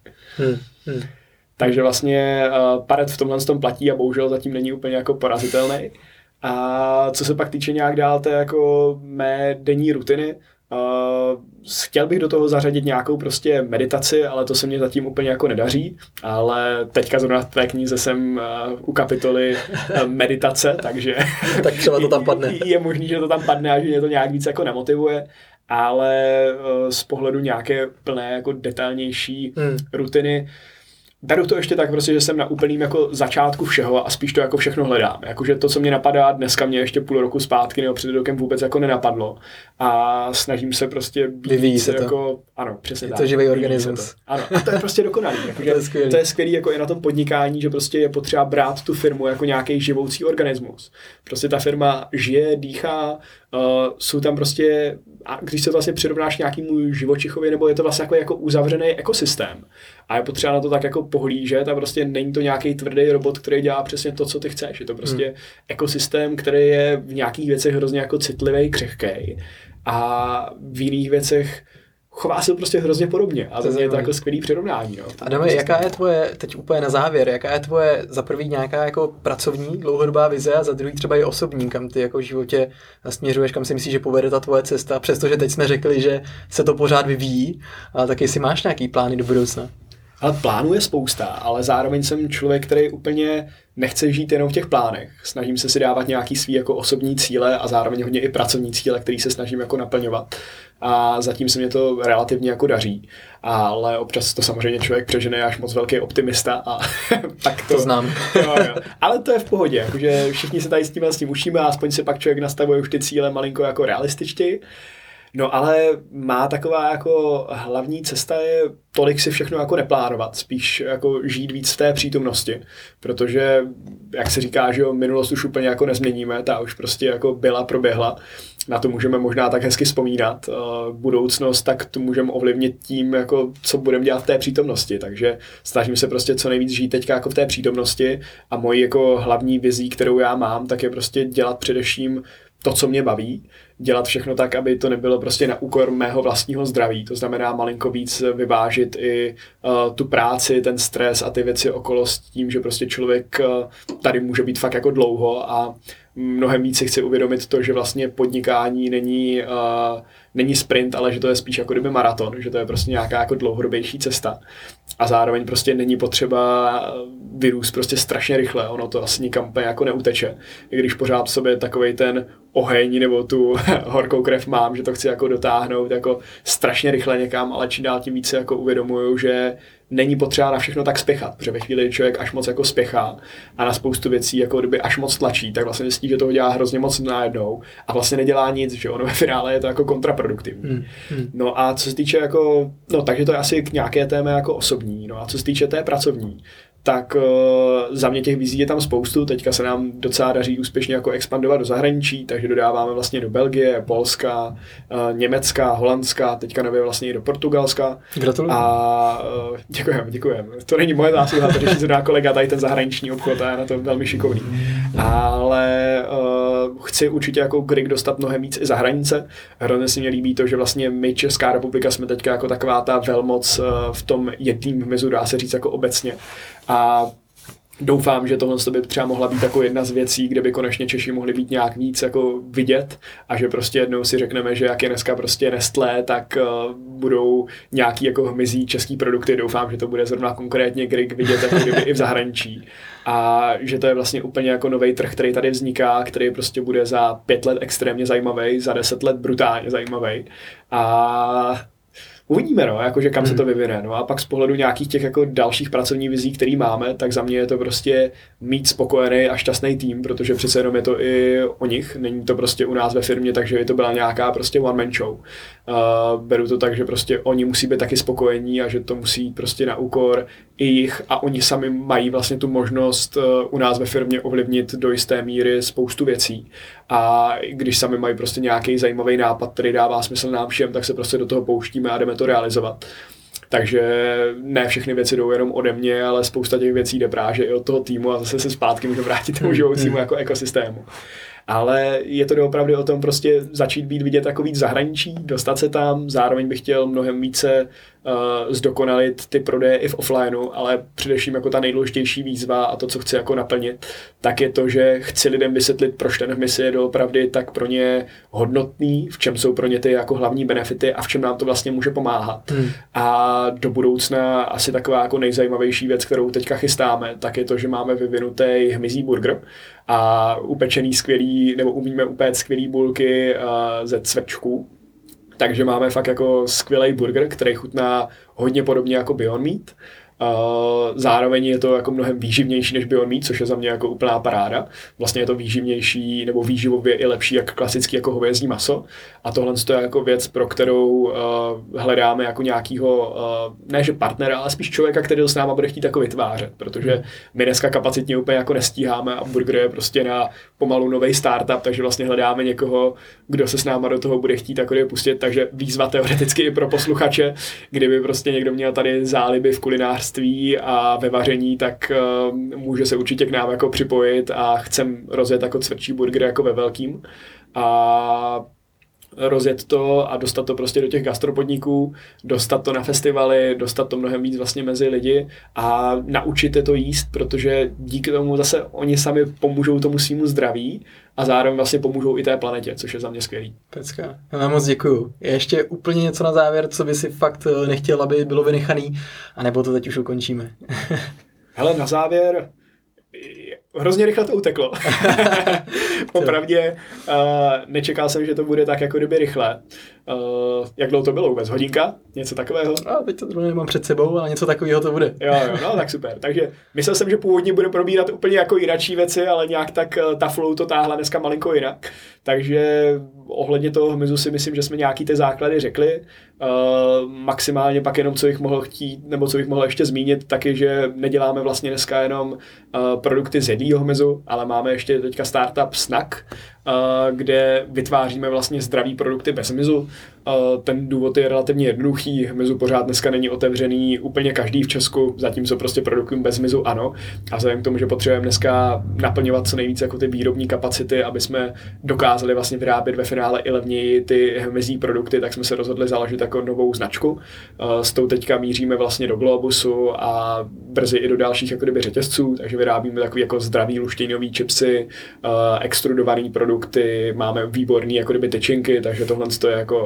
Takže vlastně Paret v tomhle tom platí a bohužel zatím není úplně jako porazitelný. A co se pak týče nějak dál té jako mé denní rutiny, chtěl bych do toho zařadit nějakou prostě meditaci, ale to se mně zatím úplně jako nedaří, ale teďka zrovna v té knize jsem u kapitoly meditace, takže tak třeba to tam padne. Je možný, že to tam padne a že mě to nějak víc jako nemotivuje, ale z pohledu nějaké plné jako detailnější rutiny beru to ještě tak prostě, že jsem na úplným jako začátku všeho a spíš to jako všechno hledám. Jakože to, co mě napadá dneska, mě ještě půl roku zpátky nebo před rokem vůbec jako nenapadlo. A snažím se prostě být jako... Ano, přesně tak. Je to živý organismus. Ano, a to je prostě dokonalý. Jakože to je skvělý jako i na tom podnikání, že prostě je potřeba brát tu firmu jako nějaký živoucí organismus. Prostě ta firma žije, dýchá, jsou tam prostě, a když se to vlastně přirovnáš nějakému živočichovi, nebo je to vlastně jako uzavřený ekosystém. A je potřeba na to tak jako pohlížet a prostě není to nějaký tvrdý robot, který dělá přesně to, co ty chceš. Je to prostě ekosystém, který je v nějakých věcech hrozně jako citlivý, křehkej a v jiných věcech chová se prostě hrozně podobně. A to je to jako skvělý přirovnání. No. Adame, jaká je tvoje, teď úplně na závěr, jaká je tvoje za prvý nějaká jako pracovní dlouhodobá vize a za druhý třeba i osobní, kam ty jako v životě směřuješ, kam si myslíš, že povede ta tvoje cesta, přestože teď jsme řekli, že se to pořád vyvíjí, ale taky si máš nějaký plány do budoucna? Ale plánů je spousta, ale zároveň jsem člověk, který úplně nechce žít jenom v těch plánech. Snažím se si dávat nějaký svý jako osobní cíle a zároveň hodně i pracovní cíle, který se snažím jako naplňovat. A zatím se mě to relativně jako daří. Ale občas to samozřejmě člověk přežene až moc velký optimista a tak to znám. Jo. Ale to je v pohodě, jakože všichni se tady s tím učíme a aspoň si pak člověk nastavuje už ty cíle malinko jako realističtěji. No ale má taková jako hlavní cesta je tolik si všechno jako neplánovat, spíš jako žít víc v té přítomnosti, protože, jak se říká, že jo, minulost už úplně jako nezměníme, ta už prostě jako byla, proběhla, na to můžeme možná tak hezky vzpomínat, budoucnost, tak tu můžeme ovlivnit tím, jako co budeme dělat v té přítomnosti, takže snažím se prostě co nejvíc žít teďka jako v té přítomnosti a mojí jako hlavní vizí, kterou já mám, tak je prostě dělat především to, co mě baví, dělat všechno tak, aby to nebylo prostě na úkor mého vlastního zdraví. To znamená malinko víc vyvážit i tu práci, ten stres a ty věci okolo s tím, že prostě člověk tady může být fakt jako dlouho a mnohem víc si chci uvědomit to, že vlastně podnikání není sprint, ale že to je spíš jako kdyby maraton, že to je prostě nějaká jako dlouhodobější cesta. A zároveň prostě není potřeba vyrůst prostě strašně rychle, ono to asi nikam úplně jako neuteče. I když pořád v sobě takovej ten oheň nebo tu horkou krev mám, že to chci jako dotáhnout jako strašně rychle někam, ale čím dál tím více jako uvědomuju, že není potřeba na všechno tak spěchat, protože ve chvíli člověk až moc jako spěchá a na spoustu věcí jako kdyby až moc tlačí, tak vlastně zjistí, že toho dělá hrozně moc najednou a vlastně nedělá nic, že ono ve finále je to jako kontraproduktivní. No a co se týče jako, no takže to je asi k nějaké téma jako osobní, no a co se týče té pracovní, tak za mě těch vizí je tam spoustu, teďka se nám docela daří úspěšně jako expandovat do zahraničí, takže dodáváme vlastně do Belgie, Polska, Německa, Holandska, teďka nově vlastně i do Portugalska. Gratuluju. A děkujem. To není moje zásluha, to řeší zrovna kolega tady ten zahraniční obchod a je na to velmi šikovný. Ale chci určitě jako Grig dostat mnohem víc i za hranice. Hrozně si mě líbí to, že vlastně my Česká republika jsme teďka jako taková ta velmoc v tom jedným hmyzu, dá se říct jako obecně. A doufám, že tohle by třeba mohla být jako jedna z věcí, kde by konečně Češi mohli být nějak víc jako vidět a že prostě jednou si řekneme, že jak je dneska prostě Nestlé, tak budou nějaký jako hmyzí český produkty. Doufám, že to bude zrovna konkrétně Grig vidět jako kdyby i v zahraničí. A že to je vlastně úplně jako nový trh, který tady vzniká, který prostě bude za 5 let extrémně zajímavý, za 10 let brutálně zajímavý. A uvidíme, no, jakože kam se to vyvine. No a pak z pohledu nějakých těch jako dalších pracovních vizí, který máme, tak za mě je to prostě mít spokojený a šťastný tým, protože přece jenom je to i o nich. Není to prostě u nás ve firmě, takže by to byla nějaká prostě one man show. Beru to tak, že prostě oni musí být taky spokojení a že to musí prostě na úkor i jich a oni sami mají vlastně tu možnost u nás ve firmě ovlivnit do jisté míry spoustu věcí. A když sami mají prostě nějaký zajímavý nápad, který dává smysl nám všem, tak se prostě do toho pouštíme a jdeme to realizovat. Takže ne všechny věci jdou jenom ode mě, ale spousta těch věcí jde právě i od toho týmu a zase se zpátky můžeme vrátit tomu živoucímu jako ekosystému. Ale je to opravdu o tom prostě začít být vidět jako víc zahraničí, dostat se tam, zároveň bych chtěl mnohem více zdokonalit ty prodeje i v offlineu, ale především jako ta nejdůležitější výzva a to, co chci jako naplnit, tak je to, že chci lidem vysvětlit, proč ten hmyz je doopravdy tak pro ně hodnotný, v čem jsou pro ně ty jako hlavní benefity a v čem nám to vlastně může pomáhat. A do budoucna asi taková jako nejzajímavější věc, kterou teďka chystáme, tak je to, že máme vyvinutý hmyzí burger a upečený skvělý, nebo umíme upéct skvělý bulky ze cvrčků. Takže máme fakt jako skvělý burger, který chutná hodně podobně jako Beyond Meat. Zároveň je to jako mnohem výživnější než Beyond Meat, což je za mě jako úplná paráda. Vlastně je to výživnější nebo výživově i lepší jak klasický jako hovězí maso. A tohle je jako věc, pro kterou hledáme jako nějakýho, ne že partnera, ale spíš člověka, který s náma bude chtít jako vytvářet. Protože my dneska kapacitně úplně jako nestíháme a burger je prostě na pomalu nový startup, takže vlastně hledáme někoho, kdo se s náma do toho bude chtít jako pustit. Takže výzva teoreticky i pro posluchače, kdyby prostě někdo měl tady záliby v kulinářství a ve vaření, tak může se určitě k nám jako připojit a chcem rozjet jako cvrčí burger jako ve velkým a rozjet to a dostat to prostě do těch gastropodniků, dostat to na festivaly, dostat to mnohem víc vlastně mezi lidi a naučit je to jíst, protože díky tomu zase oni sami pomůžou tomu svýmu zdraví a zároveň vlastně pomůžou i té planetě, což je za mě skvělý. Pecka, já moc děkuju. Je ještě úplně něco na závěr, co by si fakt nechtěl, aby bylo vynechaný, anebo to teď už ukončíme? Hele, na závěr, hrozně rychle to uteklo. Popravdě nečekal jsem, že to bude tak jako kdyby rychle. Jak dlouho to bylo vůbec? Hodinka? Něco takového? A teď to nemám před sebou, ale něco takového to bude. Jo, no tak super. Takže myslel jsem, že původně bude probírat úplně jako jinačí věci, ale nějak tak ta flow to táhla dneska malinko jinak. Takže ohledně toho hmyzu si myslím, že jsme nějaký ty základy řekli. Maximálně pak jenom, co bych mohl chtít, nebo co bych mohl ještě zmínit, taky, že neděláme vlastně dneska jenom produkty z jedného hmyzu, ale máme ještě teďka startup Snack, kde vytváříme vlastně zdravý produkty bez hmyzu. Ten důvod je relativně jednoduchý. Hmyzu pořád dneska není otevřený úplně každý v Česku, zatímco prostě produktům bez hmyzu ano. A vzhledem k tomu, že potřebujeme dneska naplňovat co nejvíce jako ty výrobní kapacity, aby jsme dokázali vlastně vyrábět ve finále i levněji ty hmyzí produkty, tak jsme se rozhodli založit jako novou značku. S tou teďka míříme vlastně do Globusu a brzy i do dalších jako kdyby řetězců, takže vyrábíme takový jako zdravý luštěňový chipsy, extrudovaný produkty, máme výborný jako kdyby tyčinky, takže tohle je jako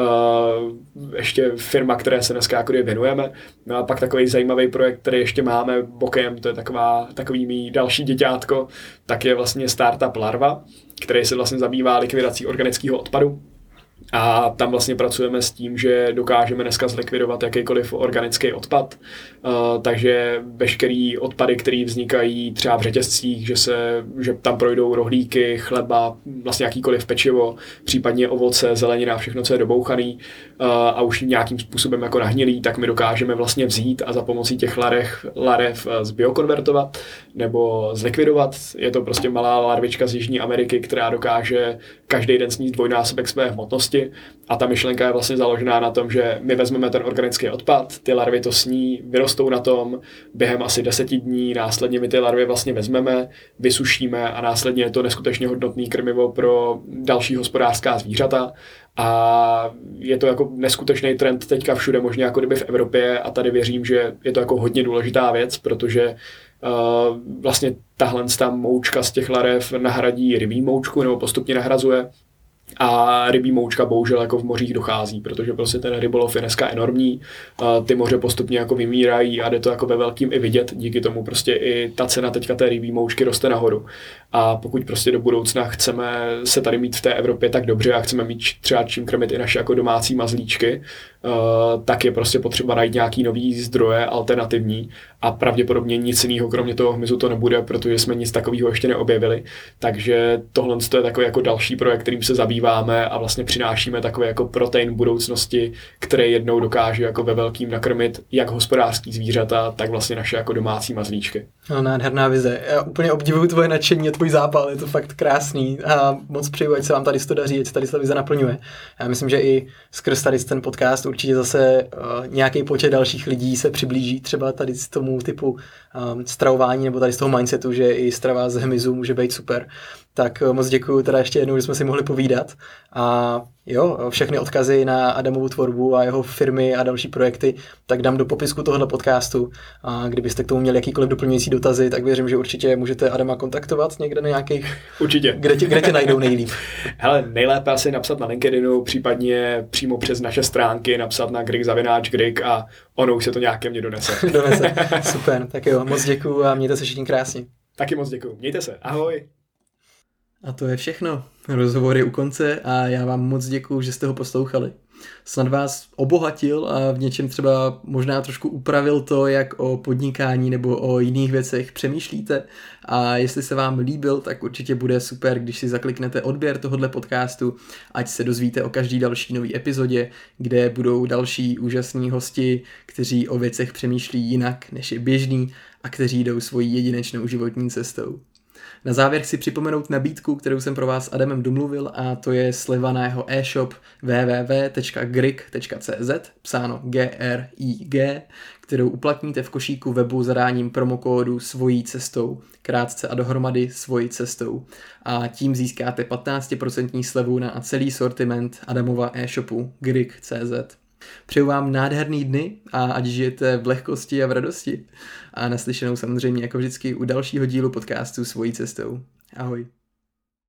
ještě firma, které se dneska jako věnujeme. No a pak takový zajímavý projekt, který ještě máme bokem, to je takový mý další děťátko, tak je vlastně startup Larva, který se vlastně zabývá likvidací organického odpadu. A tam vlastně pracujeme s tím, že dokážeme dneska zlikvidovat jakýkoliv organický odpad, takže veškerý odpady, které vznikají třeba v řetězcích, že tam projdou rohlíky, chleba, vlastně jakýkoliv pečivo, případně ovoce, zelenina, všechno, co je dobouchaný a už nějakým způsobem jako nahnilý, tak my dokážeme vlastně vzít a za pomocí těch larev zbiokonvertovat nebo zlikvidovat. Je to prostě malá larvička z Jižní Ameriky, která dokáže každý den sníst dvojnásobek své hmotnosti. A ta myšlenka je vlastně založená na tom, že my vezmeme ten organický odpad, ty larvy to sní, vyrostou na tom, během asi 10 dní, následně my ty larvy vlastně vezmeme, vysušíme a následně je to neskutečně hodnotný krmivo pro další hospodářská zvířata. A je to jako neskutečný trend teďka všude, možná jako kdyby v Evropě, a tady věřím, že je to jako hodně důležitá věc, protože vlastně tahle moučka z těch larev nahradí rybí moučku nebo postupně nahrazuje. A rybí moučka bohužel jako v mořích dochází, protože prostě ten rybolov je dneska enormní, ty moře postupně jako vymírají a jde to jako ve velkým i vidět, díky tomu prostě i ta cena teďka té rybí moučky roste nahoru. A pokud prostě do budoucna chceme se tady mít v té Evropě tak dobře a chceme mít třeba čím krmit i naše jako domácí mazlíčky, tak je prostě potřeba najít nějaký nový zdroje alternativní a pravděpodobně nic jiného kromě toho hmyzu to nebude, protože jsme nic takového ještě neobjevili. Takže tohle je takový jako další projekt, kterým se zabýváme a vlastně přinášíme takový jako protein budoucnosti, který jednou dokáže jako ve velkým nakrmit jak hospodářský zvířata, tak vlastně naše jako domácí mazlíčky. No, nádherná vize. Já úplně obdivuju tvoje nadšení a tvůj zápal, je to fakt krásný a moc přeju, ať se vám tady to daří, ať se tady ta vize naplňuje. Já myslím, že i skrz tady ten podcast určitě zase nějaký počet dalších lidí se přiblíží třeba tady z tomu typu stravování nebo tady z toho mindsetu, že i strava z hmyzu může být super. Tak moc děkuju teda ještě jednou, že jsme si mohli povídat a jo, všechny odkazy na Adamovu tvorbu a jeho firmy a další projekty, tak dám do popisku tohoto podcastu a kdybyste k tomu měli jakýkoliv doplňující dotazy, tak věřím, že určitě můžete Adama kontaktovat někde na nějakých... Určitě. Kde tě najdou nejlíp? Hele, nejlépe asi napsat na LinkedInu, případně přímo přes naše stránky, napsat na Grig a ono už se to nějak ke mně donese. Donese, super, tak jo, moc děkuju a mějte se všichni krásně. Taky moc děkuju, mějte se, ahoj. A to je všechno. Rozhovor je u konce a já vám moc děkuju, že jste ho poslouchali. Snad vás obohatil a v něčem třeba možná trošku upravil to, jak o podnikání nebo o jiných věcech přemýšlíte. A jestli se vám líbil, tak určitě bude super, když si zakliknete odběr tohohle podcastu, ať se dozvíte o každý další nový epizodě, kde budou další úžasní hosti, kteří o věcech přemýšlí jinak než je běžný a kteří jdou svojí jedinečnou životní cestou. Na závěr chci připomenout nabídku, kterou jsem pro vás s Adamem domluvil, a to je sleva na jeho e-shop www.grig.cz, psáno G-R-I-G, kterou uplatníte v košíku webu zadáním promokódu Svojí cestou, krátce a dohromady Svojí cestou. A tím získáte 15% slevu na celý sortiment Adamova e-shopu Grig.cz. Přeju vám nádherný dny a ať žijete v lehkosti a v radosti. A naslyšenou samozřejmě jako vždycky u dalšího dílu podcastu Svojí cestou. Ahoj.